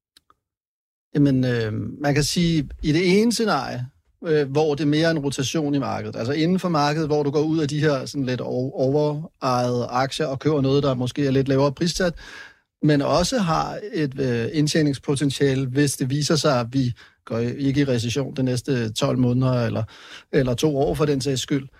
Jamen, man kan sige, i det ene scenarie, hvor det er mere en rotation i markedet, altså inden for markedet, hvor du går ud af de her sådan lidt overejede aktier og køber noget, der måske er lidt lavere prissat, men også har et indtjeningspotentiale, hvis det viser sig, at vi går ikke i recession de næste 12 måneder eller 2 år for den sags skyld,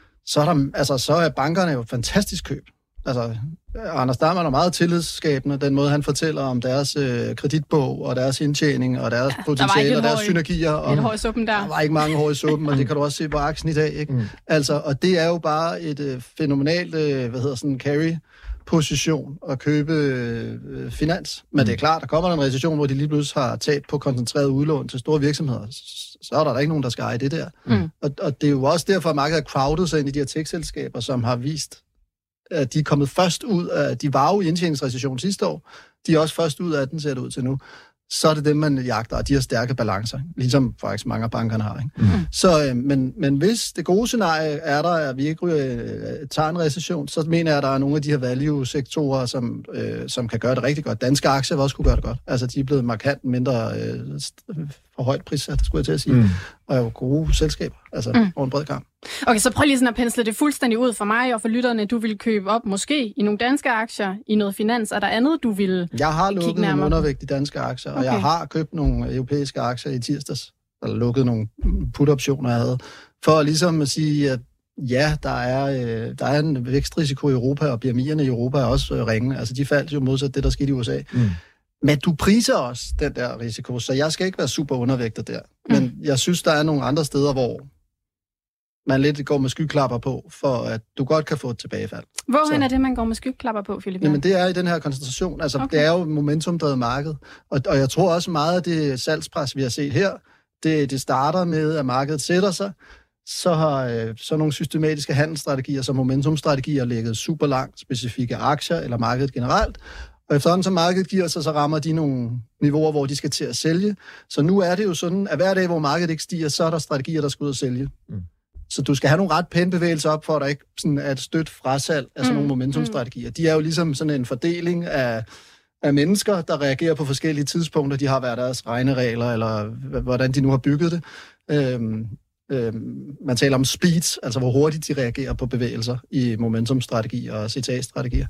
så er bankerne jo fantastisk køb. Altså, Anders Dammann er meget tillidsskabende, den måde, han fortæller om deres kreditbog og deres indtjening og deres potentiale og deres synergier. Der var ikke mange hår i suppen, og det kan du også se på aktien i dag. Ikke? Mm. Altså, og det er jo bare et fænomenalt, carry-position at købe finans. Men det er klart, der kommer en recession, hvor de lige pludselig har taget på koncentreret udlån til store virksomheder. Så er der ikke nogen, der skal eje det der. Mm. Og det er jo også derfor, at markedet har crowded sig ind i de her tech-selskaber, som har vist, at de er kommet først ud af, de var jo i indtjeningsrecession sidste år, de er også først ud af den, ser det ud til nu. Så er det dem, man jagter, og de har stærke balancer, ligesom faktisk mange af bankerne har. Ikke? Mm. Så, men hvis det gode scenarie er der, at vi ikke tager en recession, så mener jeg, at der er nogle af de her value-sektorer, som kan gøre det rigtig godt. Danske aktier vil også kunne gøre det godt. Altså, de er blevet markant mindre for højt prissat, skulle jeg til at sige. Mm. Og er jo gode selskaber, altså over en bred kamp. Okay, så prøv lige sådan at pensle det fuldstændig ud for mig og for lytterne. Du vil købe op måske i nogle danske aktier, i noget finans. Er der andet, du vil Jeg har lukket en undervægt i danske aktier, og jeg har købt nogle europæiske aktier i tirsdags. Eller lukket nogle put-optioner, jeg havde. For ligesom at sige, at ja, der er en vækstrisiko i Europa, og BMI'erne i Europa er også ringe. Altså, de faldt jo modsat det, der skete i USA. Mm. Men du priser også den der risiko, så jeg skal ikke være super undervægtet der. Men jeg synes, der er nogle andre steder, hvor man lidt går med skyklapper på, for at du godt kan få et tilbagefald. Hvorhen er det, man går med skyklapper på, Philip? Jamen, det er i den her koncentration. Altså, det er jo momentumdrevet marked. Og jeg tror også meget af det salgspres, vi har set her, det starter med, at markedet sætter sig. Så har så nogle systematiske handelsstrategier, som momentumstrategier, ligget super langt, specifikke aktier eller markedet generelt. Og efterhånden, som markedet giver sig, så rammer de nogle niveauer, hvor de skal til at sælge. Så nu er det jo sådan, at hver dag, hvor markedet ikke stiger, så er der strategier, der skal ud og sælge. Mm. Så du skal have nogle ret pæne bevægelser op, for at der ikke sådan er et stødt frasalg af sådan nogle momentumstrategier. De er jo ligesom sådan en fordeling af mennesker, der reagerer på forskellige tidspunkter. De har hver deres regneregler, eller hvordan de nu har bygget det. Man taler om speeds, altså hvor hurtigt de reagerer på bevægelser i momentumstrategier og CTA-strategier.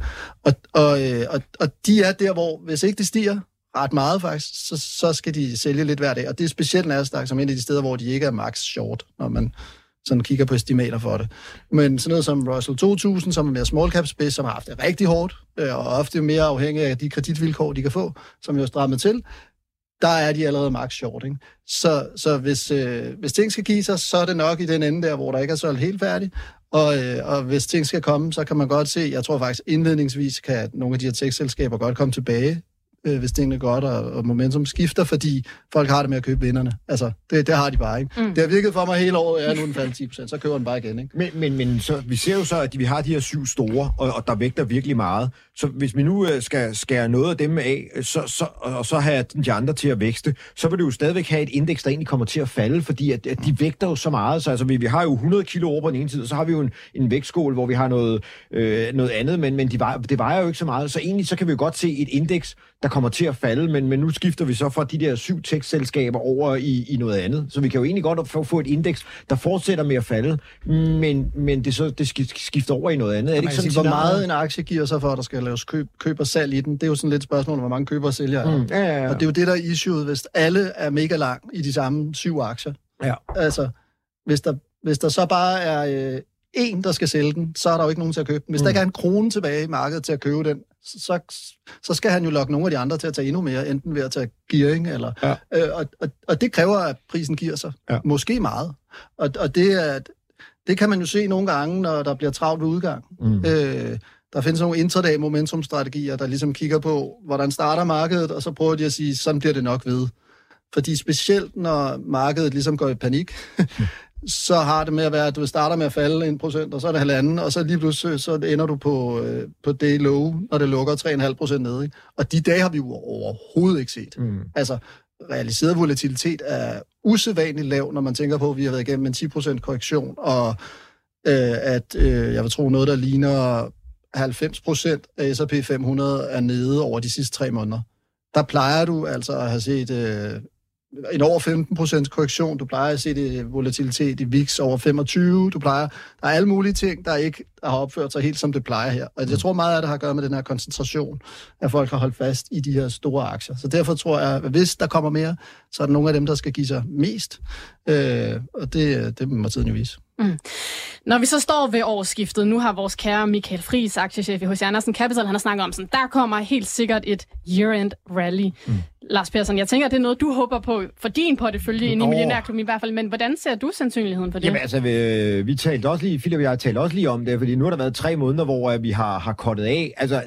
Og de er der, hvor hvis ikke det stiger ret meget faktisk, så skal de sælge lidt hver dag. Og det er specielt Nasdaq som en af de steder, hvor de ikke er max short, når man sådan kigger på estimater for det. Men sådan noget som Russell 2000, som er mere small cap space, som har haft det rigtig hårdt, og ofte mere afhængig af de kreditvilkår, de kan få, som jo er strammet til, der er de allerede max short. Ikke? Så hvis ting skal give sig, så er det nok i den ende der, hvor der ikke er solgt helt færdigt. Og hvis ting skal komme, så kan man godt se, jeg tror faktisk indledningsvis, kan nogle af de her tech-selskaber godt komme tilbage, hvis tingene er godt, og momentum skifter, fordi folk har det med at købe vinderne. Altså, det har de bare, ikke? Det har virket for mig hele året, nu den faldt 10%, så køber den bare igen, ikke? Men så, vi ser jo så, at vi har de her 7 store, og der vægter virkelig meget. Så hvis vi nu skal skære noget af dem af, og så have de andre til at vækste, så vil det jo stadigvæk have et indeks, der egentlig kommer til at falde, fordi at de vægter jo så meget. Så altså, vi har jo 100 kilo over på den ene side, og så har vi jo en vægtskål, hvor vi har noget andet, men det vejer jo ikke så meget. Så egentlig så kan vi jo godt se et indeks, der kommer til at falde, men nu skifter vi så fra de der 7 tech-selskaber over i noget andet. Så vi kan jo egentlig godt få et indeks, der fortsætter med at falde, men det skifter over i noget andet. Er det ikke sådan, hvor meget en aktie giver sig for, at der skal laves køb og salg i den? Det er jo sådan lidt et spørgsmål om, hvor mange køber og sælger er. Ja. Og det er jo det, der er issueet, hvis alle er mega lang i de samme 7 aktier. Ja. Altså, hvis der så bare er en, der skal sælge den, så er der jo ikke nogen til at købe den. Hvis der ikke er en krone tilbage i markedet til at købe den, så skal han jo lokke nogle af de andre til at tage endnu mere, enten ved at tage gearing, eller, og det kræver, at prisen giver sig. Ja. Måske meget. Og det kan man jo se nogle gange, når der bliver travlt ved udgang. Der findes nogle intraday momentumstrategier, der ligesom kigger på, hvordan starter markedet, og så prøver de at sige, sådan bliver det nok ved. Fordi specielt når markedet ligesom går i panik, så har det med at være, at du starter med at falde 1%, og så er det 1,5%, og så lige pludselig så ender du på day low, når det lukker 3,5% ned. Ikke? Og de dage har vi jo overhovedet ikke set. Altså, realiseret volatilitet er usædvanligt lav, når man tænker på, at vi har været igennem en 10% korrektion, og jeg vil tro noget, der ligner 90% af S&P 500 er nede over de sidste 3 måneder. Der plejer du altså at have set en over 15% korrektion. Du plejer at se det volatilitet i VIX over 25. Der er alle mulige ting, der ikke har opført sig helt som det plejer her. Og jeg tror meget af det har at gøre med den her koncentration, at folk har holdt fast i de her store aktier. Så derfor tror jeg, at hvis der kommer mere, så er der nogle af dem, der skal give sig mest. Og det må tiden jo vise. Når vi så står ved årsskiftet, nu har vores kære Michael Friis, aktiechef i H.C. Andersen Capital, han har snakket om sådan, der kommer helt sikkert et year-end rally. Lars Persson, jeg tænker, det er noget, du håber på for din portefølje inde i Millionærklubben i hvert fald, men hvordan ser du sandsynligheden for det? Jamen altså, vi talte også lige, Philip og jeg talte også lige om det, fordi nu har der været 3 måneder, hvor vi har kottet af. Altså,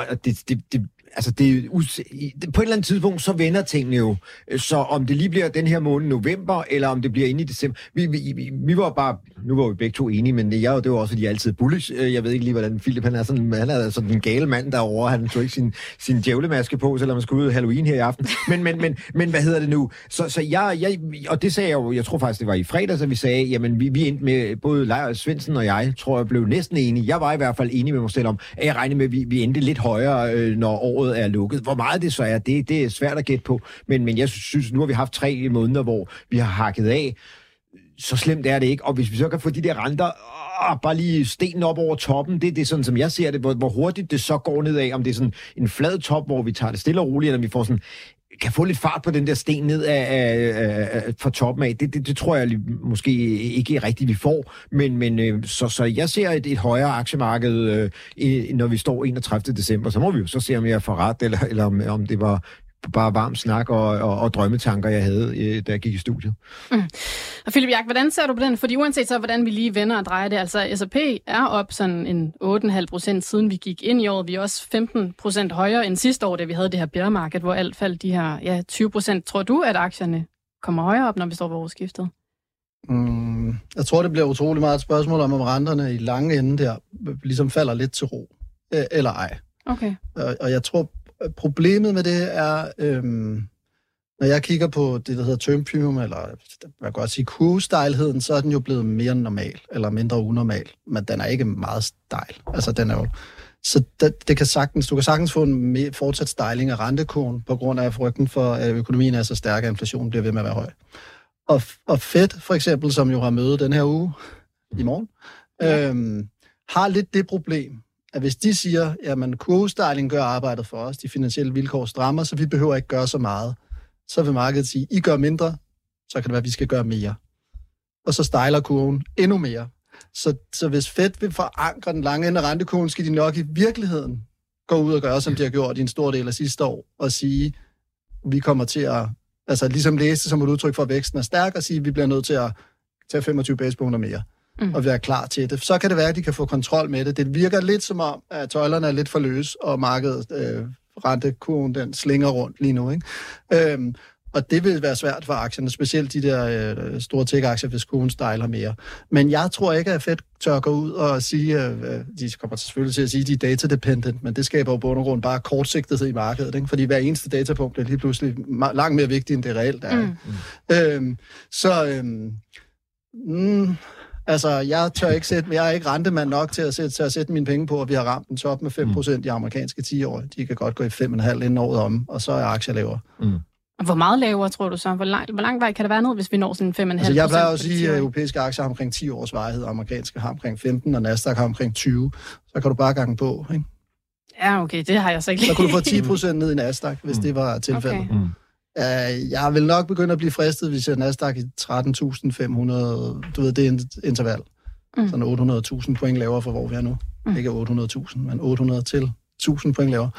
på et eller andet tidspunkt, så vender tingene jo. Så om det lige bliver den her måned november, eller om det bliver inde i december. Vi var bare, nu var vi begge to enige, men det var også, de er altid bullish. Jeg ved ikke lige, hvordan Philip, han er sådan en gal mand derovre. Han tog ikke sin djævlemaske på, selvom man skulle ud Halloween her i aften. Men hvad hedder det nu? Så jeg, og det sagde jeg jo, jeg tror faktisk, det var i fredags, at vi sagde, jamen vi endte med, både Lars Svendsen og jeg, tror jeg blev næsten enige. Jeg var i hvert fald enig med mig selv om, at jeg regnede med, at vi endte lidt højere, når året er lukket. Hvor meget det så er, det er svært at gætte på. Men jeg synes, nu har vi haft 3 måneder, hvor vi har hakket af. Så slemt er det ikke. Og hvis vi så kan få de der renter, bare lige stenen op over toppen, det er sådan, som jeg ser det, hvor hurtigt det så går nedad. Om det er sådan en flad top, hvor vi tager det stille og roligt, eller vi får sådan, kan få lidt fart på den der sten ned fra toppen af. Det tror jeg måske ikke rigtigt, vi får. Men så jeg ser et højere aktiemarked, når vi står 31. december. Så må vi jo så se, om jeg får ret, eller om det var bare varm snak og drømmetanker, jeg havde, da jeg gik i studiet. Og Philip Jack, hvordan ser du på den? Fordi uanset så, hvordan vi lige vender og drejer det, altså S&P er op sådan en 8,5% siden vi gik ind i året. Vi er også 15% højere end sidste år, da vi havde det her bear market, hvor alt faldt de her 20%. Tror du, at aktierne kommer højere op, når vi står ved årsskiftet? Jeg tror, det bliver utrolig meget et spørgsmål om renterne i lange ende der ligesom falder lidt til ro, eller ej. Okay. Og jeg tror, problemet med det er, når jeg kigger på det, der hedder term premium, eller man kan godt sige kurvestejlheden, så er den jo blevet mere normal, eller mindre unormal, men den er ikke meget stejl. Altså, den er jo... Så du kan sagtens få en fortsat stejling af rentekurven, på grund af frygten for, at økonomien er så stærk, at inflationen bliver ved med at være høj. Og Fed, for eksempel, som jo har møde den her uge i morgen, har lidt det problem, at hvis de siger, jamen kurvestejling gør arbejdet for os, de finansielle vilkår strammer, så vi behøver ikke gøre så meget, så vil markedet sige, I gør mindre, så kan det være, at vi skal gøre mere. Og så stejler kurven endnu mere. Så hvis Fed vil forankre den lange ende af rentekurven, skal de nok i virkeligheden gå ud og gøre, som de har gjort i en stor del af sidste år, og sige, vi kommer til at, altså ligesom læse det som et udtryk for, at væksten er stærk, og sige, at vi bliver nødt til at tage 25 basepunkter mere. Og være klar til det. Så kan det være, at de kan få kontrol med det. Det virker lidt som om, at tøjlerne er lidt for løs, og markedet, rentekurven, den slinger rundt lige nu. Ikke? Og det vil være svært for aktierne, specielt de der store tech-aktier, hvis kurven stejler mere. Men jeg tror ikke, at Fed tør gå ud og sige, de kommer selvfølgelig til at sige, at de er data-dependent, men det skaber jo på undergrund bare kortsigtethed i markedet, ikke? Fordi hver eneste datapunkt er lige pludselig langt mere vigtigt, end det reelt er. Altså, jeg er ikke rentemand nok til at sætte mine penge på, at vi har ramt en top med 5% i amerikanske 10-år. De kan godt gå i 5,5 inden året om, og så er aktier lavere. Hvor meget lavere, tror du så? Hvor lang vej kan det være ned, hvis vi når sådan 5,5%? Altså, jeg plejer at sige, at europæiske aktier har omkring 10 års varighed, amerikanske har omkring 15, og Nasdaq har omkring 20. Så kan du bare gange på, ikke? Ja, okay, det har jeg så ikke. Så kunne du få 10% ned i Nasdaq, hvis det var tilfældet. Okay. Jeg vil nok begynde at blive fristet, hvis jeg Nasdaq i 13.500, du ved, det er et interval. Sådan 800.000 point lavere for, hvor vi er nu. Ikke 800.000, men 800 til 1.000 point lavere.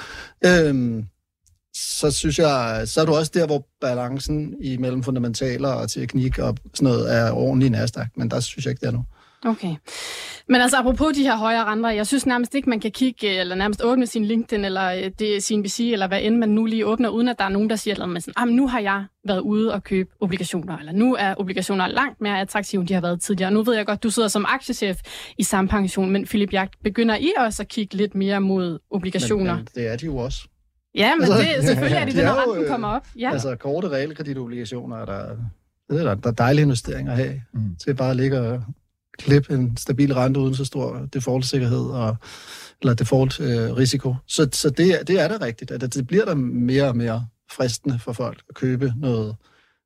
Så synes jeg, så er du også der, hvor balancen imellem fundamentaler og teknik og sådan noget er ordentlig i Nasdaq, men der synes jeg ikke, det er nu. Okay. Men altså apropos de her højere renter, jeg synes nærmest ikke, man kan kigge eller nærmest åbne sin LinkedIn eller sin VC eller hvad end man nu lige åbner, uden at der er nogen, der siger, at nu har jeg været ude og købe obligationer, eller nu er obligationer langt mere attraktive, end de har været tidligere. Nu ved jeg godt, du sidder som aktiechef i samme pension, men Philip Jagt, begynder I også at kigge lidt mere mod obligationer? Men det er de jo også. Ja, men det, selvfølgelig er det, når renten kommer op. Ja. Altså korte realkreditobligationer er der er dejlige investeringer at have, til bare at ligge og klippe en stabil rente uden så stor default-sikkerhed eller default-risiko. Så det er da rigtigt, at det bliver der mere og mere fristende for folk at købe nogle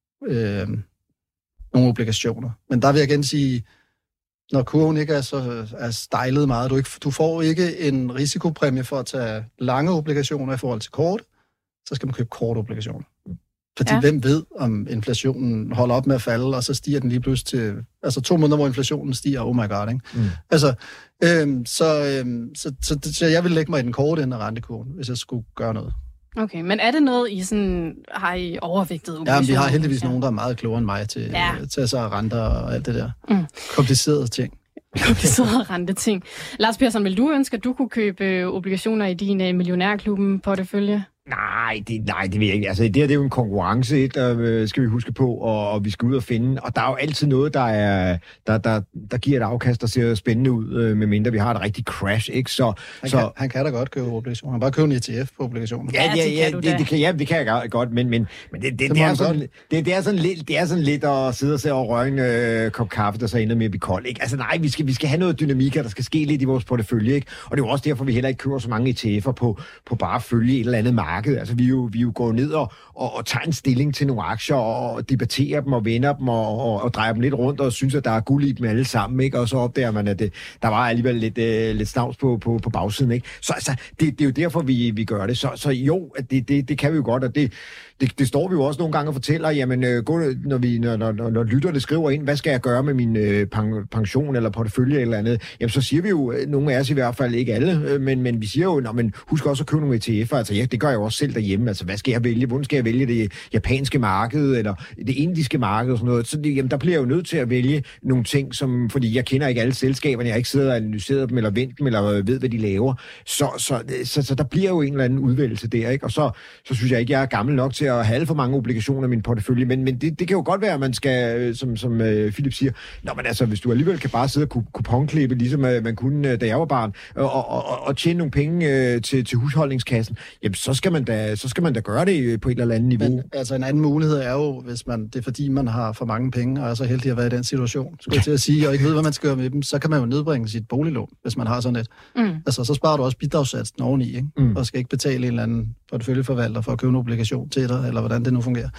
obligationer. Men der vil jeg igen sige, når kurven ikke er stejlet meget, du får ikke en risikopræmie for at tage lange obligationer i forhold til kort, så skal man købe korte obligationer. Fordi hvem ved, om inflationen holder op med at falde, og så stiger den lige pludselig til... Altså 2 måneder, hvor inflationen stiger, oh my god, ikke? Altså, så jeg vil lægge mig i den korte ende af rentekurven, hvis jeg skulle gøre noget. Okay, men er det noget, har I overvægtet obligationer? Ja, men vi har heldigvis nogen, der er meget klogere end mig til at tage sig af renter og alt det der. Komplicerede ting. Komplicerede renteting. Lars Persson, vil du ønske, at du kunne købe obligationer i din millionærklubben portefølje? Nej, det vil jeg ikke. Altså, det her det er jo en konkurrence, der skal vi huske på, og vi skal ud og finde. Og der er jo altid noget, der giver et afkast, der ser spændende ud, medmindre vi har et rigtigt crash, ikke? Han kan da godt købe obligationer. Han bare købe en ETF på obligationer. Det kan jeg godt, men det er sådan lidt at sidde og røre en kop kaffe, der så ender med at blive kold, ikke? Altså nej, vi skal have noget dynamik, der skal ske lidt i vores portefølje, ikke? Og det er jo også derfor, vi heller ikke køber så mange ETF'er på bare at følge et eller andet marked. Altså, vi jo går ned og tager en stilling til nogle aktier og debatterer dem og vender dem og drejer dem lidt rundt og synes, at der er guld i dem alle sammen, ikke? Og så opdager man, at der var alligevel lidt snavs på bagsiden, ikke? Så altså, det er jo derfor, vi gør det. Så jo, det kan vi jo godt, og det står vi jo også nogle gange og fortæller, jamen, når lytterne skriver ind, hvad skal jeg gøre med min pension eller portefølje eller andet, jamen, så siger vi jo, nogle af os i hvert fald, ikke alle, men vi siger jo, men husk også at købe nogle ETF'er, altså det gør jeg jo også selv derhjemme, altså hvad skal jeg vælge, hvordan skal jeg vælge det japanske marked, eller det indiske marked og sådan noget, så jamen, der bliver jeg jo nødt til at vælge nogle ting, fordi jeg kender ikke alle selskaberne, jeg har ikke siddet og analyseret dem, eller vendt dem, eller ved, hvad de laver, så der bliver jo en eller anden udvælgelse der, ikke? Og så synes jeg ikke, jeg er gammel nok til at have alt for mange obligationer i min portefølje, men det kan jo godt være, at man skal, som Philip siger, men altså, hvis du alligevel kan bare sidde og kuponklippe, ligesom man kunne, da jeg var barn, og tjene nogle penge til husholdningskassen, jamen, så skal man da gøre det på et eller andet niveau. Men altså, en anden mulighed er jo, hvis det er fordi, man har for mange penge, og er så heldig at være i den situation, skulle jeg til at sige, og ikke ved, hvad man skal gøre med dem, så kan man jo nedbringe sit boliglån, hvis man har sådan et. Altså, så sparer du også bidragssatsen oveni, ikke? Og skal ikke betale en eller anden porteføljeforvalter for at købe en obligation til dig, eller hvordan det nu fungerer.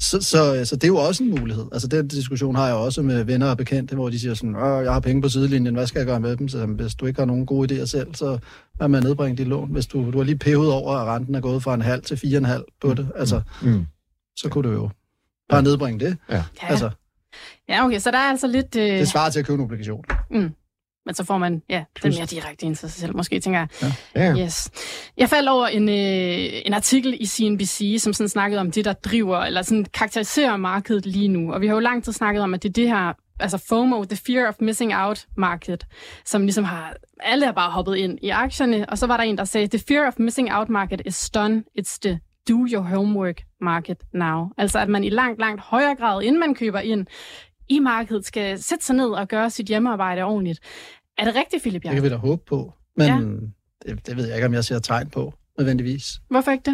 Så det er jo også en mulighed. Altså, den diskussion har jeg også med venner og bekendte, hvor de siger sådan, jeg har penge på sidelinjen, hvad skal jeg gøre med dem? Så hvis du ikke har nogen gode idéer selv, så hvad med at nedbringe dit lån? Hvis du har lige pævet over, at renten er gået fra 1,5 til 4,5 på det, altså, så kunne du jo bare nedbringe det. Ja. Altså, ja, okay, så der er altså lidt... Det svarer til at købe en obligation. Men så får man den mere direkte ind til sig selv, måske, tænker jeg. Ja. Yes. Jeg faldt over en artikel i CNBC, som sådan snakkede om det, der driver, eller sådan karakteriserer markedet lige nu. Og vi har jo lang tid snakket om, at det er det her, altså FOMO, the fear of missing out market, som ligesom alle har bare hoppet ind i aktierne. Og så var der en, der sagde, the fear of missing out market is done. It's the do your homework market now. Altså, at man i langt højere grad, inden man køber ind i markedet, skal sætte sig ned og gøre sit hjemmearbejde ordentligt. Er det rigtigt, Philip Jagt? Det kan vi da håbe på, men det ved jeg ikke, om jeg ser tegn på, nødvendigvis. Hvorfor ikke det?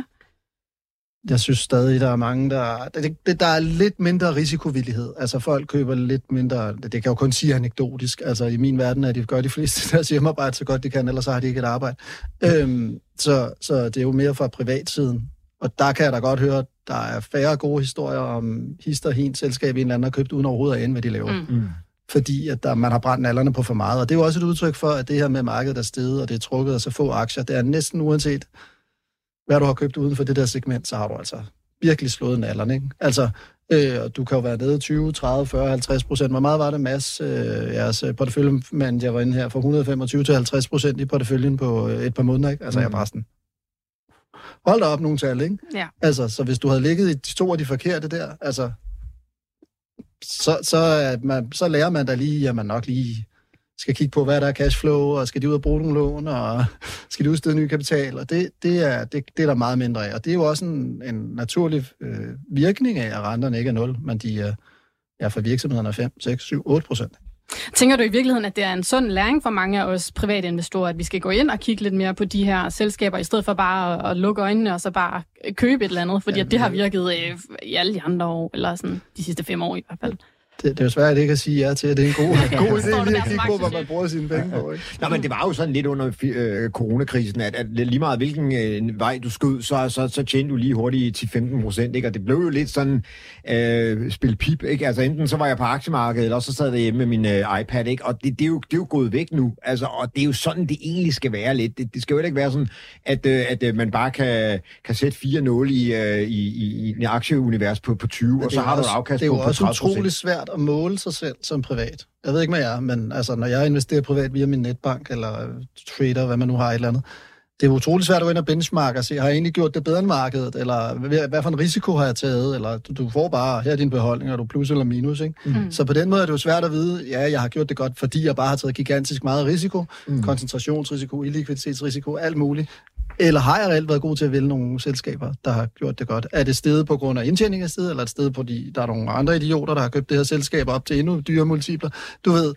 Jeg synes stadig, der er mange, der er lidt mindre risikovillighed. Altså, folk køber lidt mindre... Det kan jo kun sige anekdotisk. Altså, i min verden er gør de fleste deres hjemmearbejde så godt de kan, ellers har de ikke et arbejde. Så det er jo mere fra privatsiden. Og der kan jeg da godt høre, der er færre gode historier om hister hint selskab, en eller anden har købt uden overhovedet at ende, hvad de laver. Fordi at man har brændt nallerne på for meget. Og det er jo også et udtryk for, at det her med markedet er steget, og det er trukket af så få aktier. Det er næsten uanset, hvad du har købt uden for det der segment, så har du altså virkelig slået nallerne, ikke? Altså, du kan jo være nede 20, 30, 40, 50%. Hvor meget var det, Mads, jeres porteføljemanager var inde her, fra 125 til 50% i porteføljen på et par måneder, ikke? Altså, jeg er bare sådan... Hold da op nogle tal, ikke? Ja. Altså, så hvis du havde ligget i de to af de forkerte der, altså, så lærer man da lige, at man nok lige skal kigge på, hvad der er cashflow, og skal de ud og bruge nogle lån, og skal de udstede ny kapital, og det er der meget mindre af. Og det er jo også en naturlig virkning af, at renterne ikke er 0, men de er for virksomhederne 5, 6, 7, 8%. Tænker du i virkeligheden, at det er en sund læring for mange af os private investorer, at vi skal gå ind og kigge lidt mere på de her selskaber, i stedet for bare at lukke øjnene og så bare købe et eller andet, fordi at det har virket i alle de andre år, eller sådan de sidste 5 år i hvert fald? Det er jo svært ikke at sige ja til, at det er en god idé lige at kigge på, hvad man bruger sine penge på. Ikke? Nå, men det var jo sådan lidt under coronakrisen, at lige meget hvilken vej du skød, så tjente du lige hurtigt 10-15%, ikke? Og det blev jo lidt sådan spil pip, ikke? Altså enten så var jeg på aktiemarkedet, eller så sad jeg hjemme med min iPad, ikke? Og det er jo gået væk nu, altså, og det er jo sådan, det egentlig skal være lidt. Det skal jo ikke være sådan, at man bare kan sætte 4-0 i en aktieunivers på 20, og så har du et afkast på 30%. Det er jo også utroligt svært at måle sig selv som privat. Jeg ved ikke med jer, men altså, når jeg investerer privat via min netbank, eller trader, hvad man nu har et eller andet, det er utroligt svært at gå ind og benchmarke og se, har jeg egentlig gjort det bedre end markedet, eller hvad for en risiko har jeg taget, eller du får bare, her er din beholdning, og du plus eller minus, ikke? Så på den måde er det jo svært at vide, ja, jeg har gjort det godt, fordi jeg bare har taget gigantisk meget risiko, koncentrationsrisiko, illikviditetsrisiko, alt muligt. Eller har jeg reelt været god til at vælge nogle selskaber, der har gjort det godt? Er det stedet på grund af indtjening af stedet, eller et sted, fordi der er nogle andre idioter, der har købt det her selskab op til endnu dyre multipler? Du ved,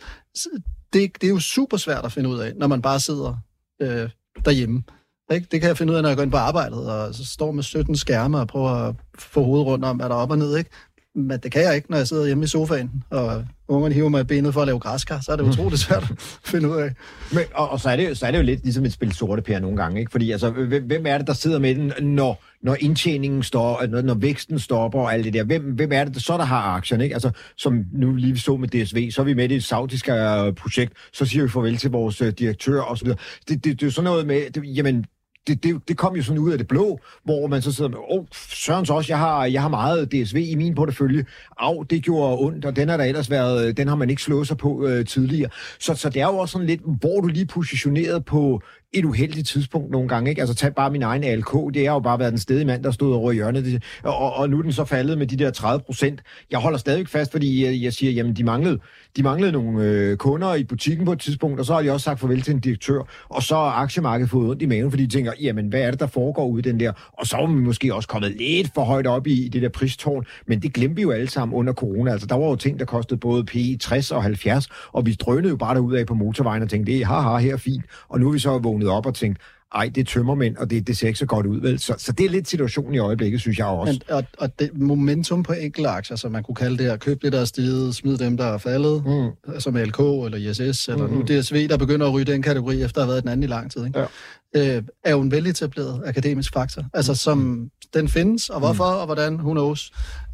det er jo super svært at finde ud af, når man bare sidder derhjemme. Ikke? Det kan jeg finde ud af, når jeg går ind på arbejdet, og så står med 17 skærme og prøver at få hovedet rundt om, hvad der er op og ned, ikke? Men det kan jeg ikke, når jeg sidder hjemme i sofaen, og ungerne hiver mig i benet for at lave græskar, så er det utroligt svært at finde ud af. Men, og så er det jo lidt ligesom et spil sorte pære nogle gange, ikke? Fordi altså, hvem er det, der sidder med den, når indtjeningen står, når væksten stopper og alt det der? Hvem er det så, der har aktierne, ikke? Altså, som nu lige vi så med DSV, så er vi med i det saudiske projekt, så siger vi farvel til vores direktør og så videre. Det er jo sådan noget med, jamen, det kom jo sådan ud af det blå, hvor man så sidder med, Sørens også, jeg har meget DSV i min portefølje. Det gjorde ondt, og den har der ellers været, den har man ikke slået sig på tidligere. Så det er jo også sådan lidt, hvor du lige positioneret på et uheldigt tidspunkt nogle gange, ikke? Altså tag bare min egen ALK, det har jo bare været den stedige mand, der stod over i hjørnet, og nu er den så faldet med de der 30%. Jeg holder stadig fast, fordi jeg siger, jamen de manglede nogle kunder i butikken på et tidspunkt, og så har de også sagt farvel til en direktør, og så har aktiemarkedet fået ondt i maven, fordi de tænker, jamen hvad er det, der foregår ude i den der, og så er vi måske også kommet lidt for højt op i det der pristårn, men det glemte vi jo alle sammen under corona. Altså der var jo ting, der kostede både PE 60 og 70, og vi drønede jo bare derudad på motorvejen og tænkte, det er her er fint, og nu er vi så vågnet op og tænkt, det er tømmermænd, og det ser ikke så godt ud, vel? Så det er lidt situationen i øjeblikket, synes jeg også. Og det momentum på enkelte aktier, som man kunne kalde det her, køb det, der er steget, smid dem, der er faldet, som LK eller ISS, eller nu DSV, der begynder at ryge den kategori, efter at have været den anden i lang tid, ikke? Ja. Er jo en veletableret akademisk faktor, altså som den findes, og hvorfor, og hvordan, who knows.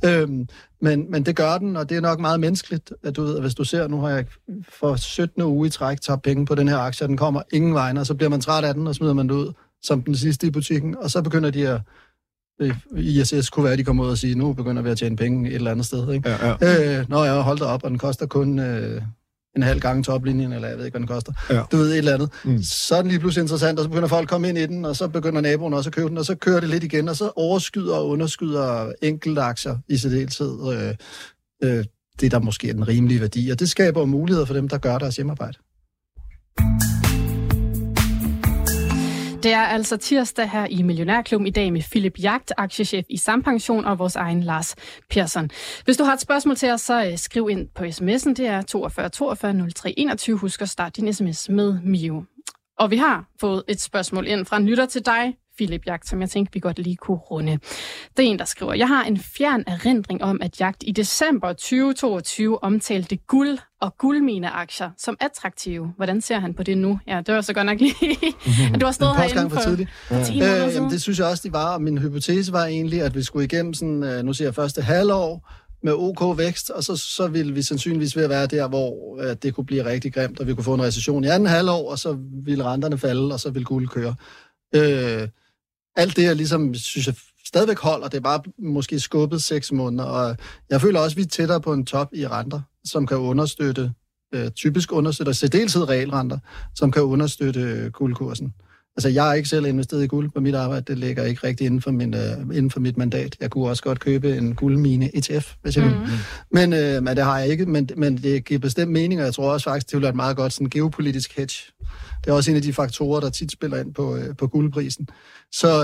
Men det gør den, og det er nok meget menneskeligt, at du ved, at hvis du ser, nu har jeg for 17. uge i træk tabt penge på den her aktie, den kommer ingen vegne, og så bliver man træt af den, og smider man det ud, som den sidste i butikken, og så begynder de at ISS kunne være, at de kommer ud og sige, nu begynder vi at tjene penge et eller andet sted, ikke? Ja. Når jeg holdt op, og den koster kun en halv gang toplinjen, eller jeg ved ikke, hvad den koster. Ja. Du ved, et eller andet. Så er den lige pludselig interessant, og så begynder folk at komme ind i den, og så begynder naboen også at købe den, og så kører det lidt igen, og så overskyder og underskyder enkelte aktier i særdeleshed. Det der måske er den rimelige værdi, og det skaber muligheder for dem, der gør deres hjemmearbejde. Det er altså tirsdag her i Millionærklubben i dag med Philip Jagt, aktiechef i Sampension, og vores egen Lars Persson. Hvis du har et spørgsmål til os, så skriv ind på sms'en. Det er 42 42 03 21. Husk at starte din sms med Mio. Og vi har fået et spørgsmål ind fra en lytter til dig, Philip Jagt, som jeg tænkte, vi godt lige kunne runde. Det er en, der skriver, jeg har en fjern erindring om, at Jagt i december 2022 omtalte guld og guldmineaktier som attraktive. Hvordan ser han på det nu? Ja, det var så godt nok lige, at du har stået herinde for 10 måneder siden. Det synes jeg også, de var. Og min hypotese var egentlig, at vi skulle igennem sådan, nu siger jeg første halvår, med OK vækst, og så ville vi sandsynligvis ved at være der, hvor det kunne blive rigtig grimt, og vi kunne få en recession i anden halvår, og så ville renterne falde, og så ville guld køre. Alt det er ligesom, synes jeg, stadigvæk holder. Det er bare måske skubbet 6 måneder, og jeg føler også, at vi er tættere på en top i renter, som kan understøtte, typisk understøtte, særdeleshed realrenter, som kan understøtte guldkursen. Altså, jeg har ikke selv investeret i guld på mit arbejde. Det ligger ikke rigtig inden for mit mandat. Jeg kunne også godt købe en guldmine ETF, hvis jeg vil. Men det har jeg ikke. Men det giver bestemt mening, og jeg tror også faktisk, det vil være et meget godt sådan geopolitisk hedge. Det er også en af de faktorer, der tit spiller ind på guldprisen. Så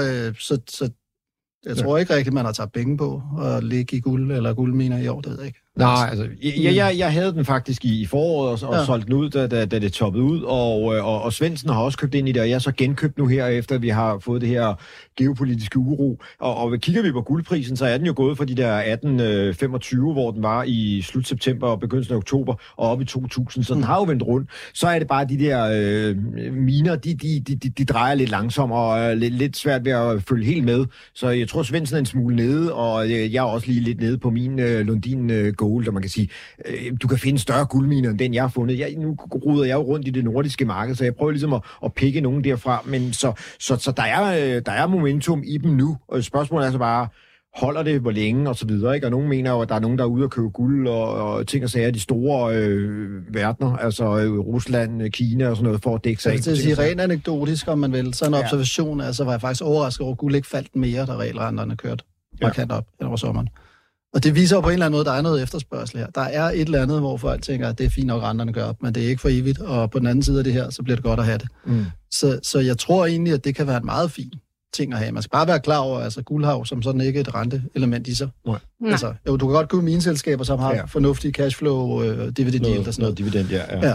jeg tror ikke rigtigt, man har taget penge på at ligge i guld eller guldminer i år, det ved jeg ikke. Nej, altså, jeg havde den faktisk i foråret og solgt den ud, da det toppede ud, og Svendsen har også købt ind i det, og jeg har så genkøbt nu her, efter vi har fået det her geopolitiske uro. Og kigger vi på guldprisen, så er den jo gået fra de der 18,25, hvor den var i slut september og begyndelsen af oktober, og op i 2.000, så den har jo vendt rundt. Så er det bare de der miner, de drejer lidt langsomt, og lidt svært ved at følge helt med. Så jeg tror, Svendsen er en smule nede, og jeg er også lige lidt nede på min Lundin Gold, og man kan sige, du kan finde større guldminer end den, jeg har fundet. Nu ruder jeg jo rundt i det nordiske marked, så jeg prøver ligesom at pikke nogen derfra, men så der er momentum i dem nu, og spørgsmålet er så bare, holder det, hvor længe, og så videre, ikke? Og nogen mener jo, at der er nogen, der er ude at købe guld, og ting og sager, de store verdener, altså Rusland, Kina og sådan noget, for at dække sig. Det vil sige, rent anekdotisk, om man vil, så en observation, altså var jeg faktisk overrasket over, at guld ikke faldt mere, da regelrenterne kørte markant op hen over sommeren. Og det viser jo på en eller anden måde, der er noget efterspørgsel her. Der er et eller andet, hvor folk tænker, at det er fint nok, renterne gør op, men det er ikke for evigt, og på den anden side af det her, så bliver det godt at have det. Så jeg tror egentlig, at det kan være en meget fin ting at have. Man skal bare være klar over, altså guld har jo som sådan ikke et renteelement i sig. Altså, jo, du kan godt købe mineselskaber, som har fornuftige cashflow, dividend yield og sådan noget. Dividend,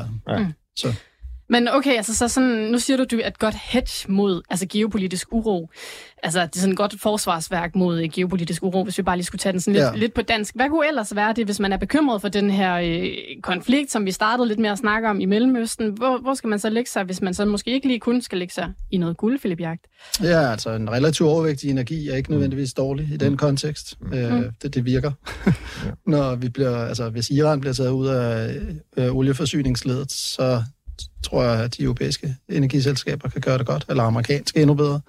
Så. Men okay, altså så sådan, nu siger du er et godt hedge mod geopolitisk uro. Altså, det er sådan et godt forsvarsværk mod geopolitisk uro, hvis vi bare lige skulle tage den sådan lidt på dansk. Hvad kunne ellers være det, hvis man er bekymret for den her konflikt, som vi startede lidt med at snakke om i Mellemøsten? Hvor skal man så lægge sig, hvis man så måske ikke lige kun skal lægge sig i noget guld, Philip Jagt? Ja, altså en relativ overvægtig energi er ikke nødvendigvis dårlig i den kontekst. Det virker. Når vi bliver, hvis Iran bliver taget ud af olieforsyningsledet, så tror jeg, at de europæiske energiselskaber kan gøre det godt, eller amerikanske endnu bedre.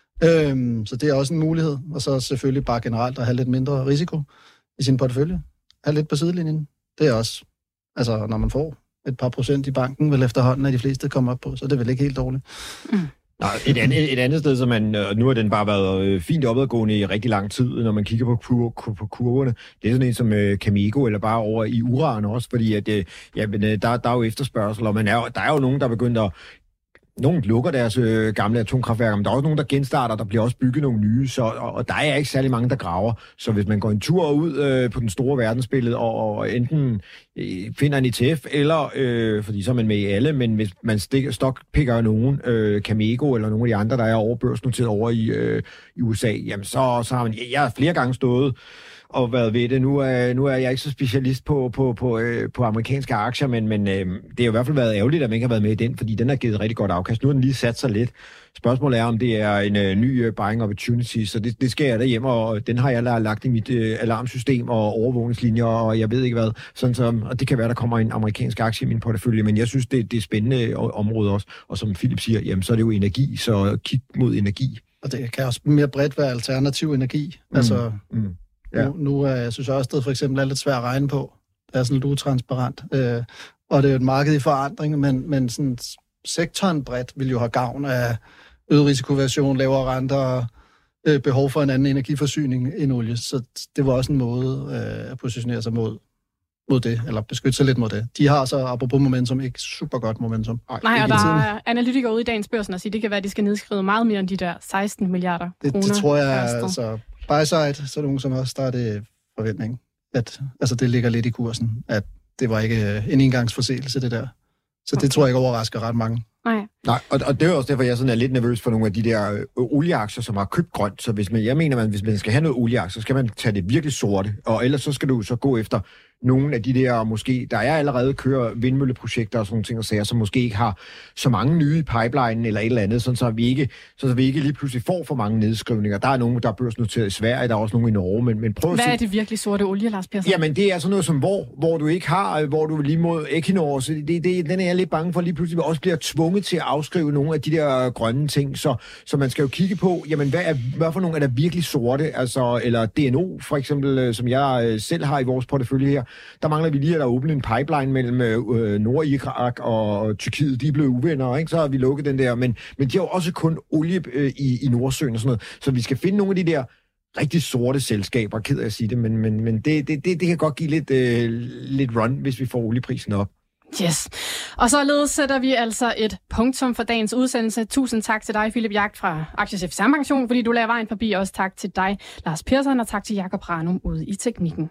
Så det er også en mulighed. Og så selvfølgelig bare generelt at have lidt mindre risiko i sin portefølje. Have lidt på sidelinjen. Det er også, altså når man får et par procent i banken, vel efterhånden, at de fleste kommer op på, så det er vel ikke helt dårligt. Nej, et andet sted, som nu har den bare været fint opadgående i rigtig lang tid, når man kigger på kurverne. Det er sådan en som Cameco, eller bare over i uran også, fordi at, der er jo efterspørgsel, og der er jo nogen, der er begyndt at nogen lukker deres gamle atomkraftværker, men der er også nogen, der genstarter, der bliver også bygget nogle nye, og der er ikke særlig mange, der graver. Så hvis man går en tur ud på den store verdensbillede, og enten finder en ETF, eller, fordi så er man med i alle, men hvis man stockpicker nogen, Cameco eller nogle af de andre, der er overbørsnoteret over i USA, jamen så har man, jeg har flere gange stået og været ved det. Nu er jeg ikke så specialist på amerikanske aktier, men det har i hvert fald været ærgerligt, at man ikke har været med i den, fordi den har givet rigtig godt afkast. Nu har den lige sat sig lidt. Spørgsmålet er, om det er en ny buying opportunity, så det skal jeg derhjemme, og den har jeg lagt i mit alarmsystem og overvågningslinjer, og jeg ved ikke hvad. Og det kan være, der kommer en amerikansk aktie i min portefølje, men jeg synes, det er spændende område også. Og som Philip siger, jamen så er det jo energi, så kig mod energi. Og det kan også mere bredt være alternativ energi. Altså... Nu jeg synes jeg også, det for eksempel er lidt svært at regne på. Det er sådan lidt utransparent. Og det er jo et marked i forandring, men sådan sektoren bredt vil jo have gavn af øget risikoversion, lavere renter og behov for en anden energiforsyning end olie. Så det var også en måde at positionere sig mod det, eller beskytte sig lidt mod det. De har så, apropos momentum, ikke super godt momentum. Nej, og der er analytikere ude i dagens børsen og siger, det kan være, at de skal nedskrive meget mere end de der 16 milliarder kroner. Det tror jeg, altså... Buy side, så er nogen som også, der er det forventning, at altså det ligger lidt i kursen, at det var ikke en engangsforseelse, det der. Så det tror jeg ikke overrasker ret mange. Nej, og det er også derfor, jeg sådan er lidt nervøs for nogle af de der olieaktier, som har købt grønt. Så hvis man skal have noget olieaktier, så skal man tage det virkelig sorte, og ellers så skal du så gå efter nogle af de der, måske, der er allerede kører vindmølleprojekter og sådan nogle ting og sager, som måske ikke har så mange nye i pipelinen eller et eller andet, så vi ikke lige pludselig får for mange nedskrivninger. Der er nogen, der er børsnoteret i Sverige, der er også nogen i Norge, men prøv at Hvad er det virkelig sorte olie, Lars Persson? Jamen, det er sådan noget som hvor du ikke har, hvor du lige mod Equinor, så den er jeg lidt bange for, lige pludselig også bliver tvunget til at afskrive nogle af de der grønne ting, så man skal jo kigge på, jamen, hvad for nogle er der virkelig sorte, altså, eller DNO, for eksempel, som jeg selv har i vores portefølje her, Der mangler vi lige, at der åbne en pipeline mellem Nordirak og Tyrkiet. De er blevet uvenner, ikke? Så har vi lukket den der. Men de har jo også kun olie i Nordsøen og sådan noget. Så vi skal finde nogle af de der rigtig sorte selskaber, ked af at sige det, men det kan godt give lidt run, hvis vi får olieprisen op. Yes. Og således sætter vi altså et punktum for dagens udsendelse. Tusind tak til dig, Philip Jagt fra Aktiechef Sampension, fordi du lader vejen forbi. Også tak til dig, Lars Persson, og tak til Jakob Ranum ude i teknikken.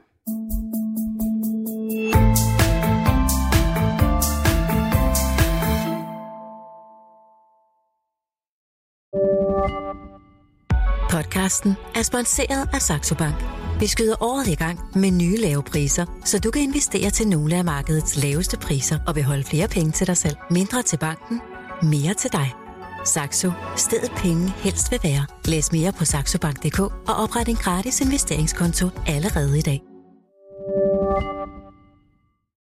Podcasten er sponsoreret af Saxo Bank. Vi skyder året i gang med nye lave priser, så du kan investere til nogle af markedets laveste priser og beholde flere penge til dig selv. Mindre til banken, mere til dig. Saxo. Stedet penge helst vil være. Læs mere på saxobank.dk og opret en gratis investeringskonto allerede i dag.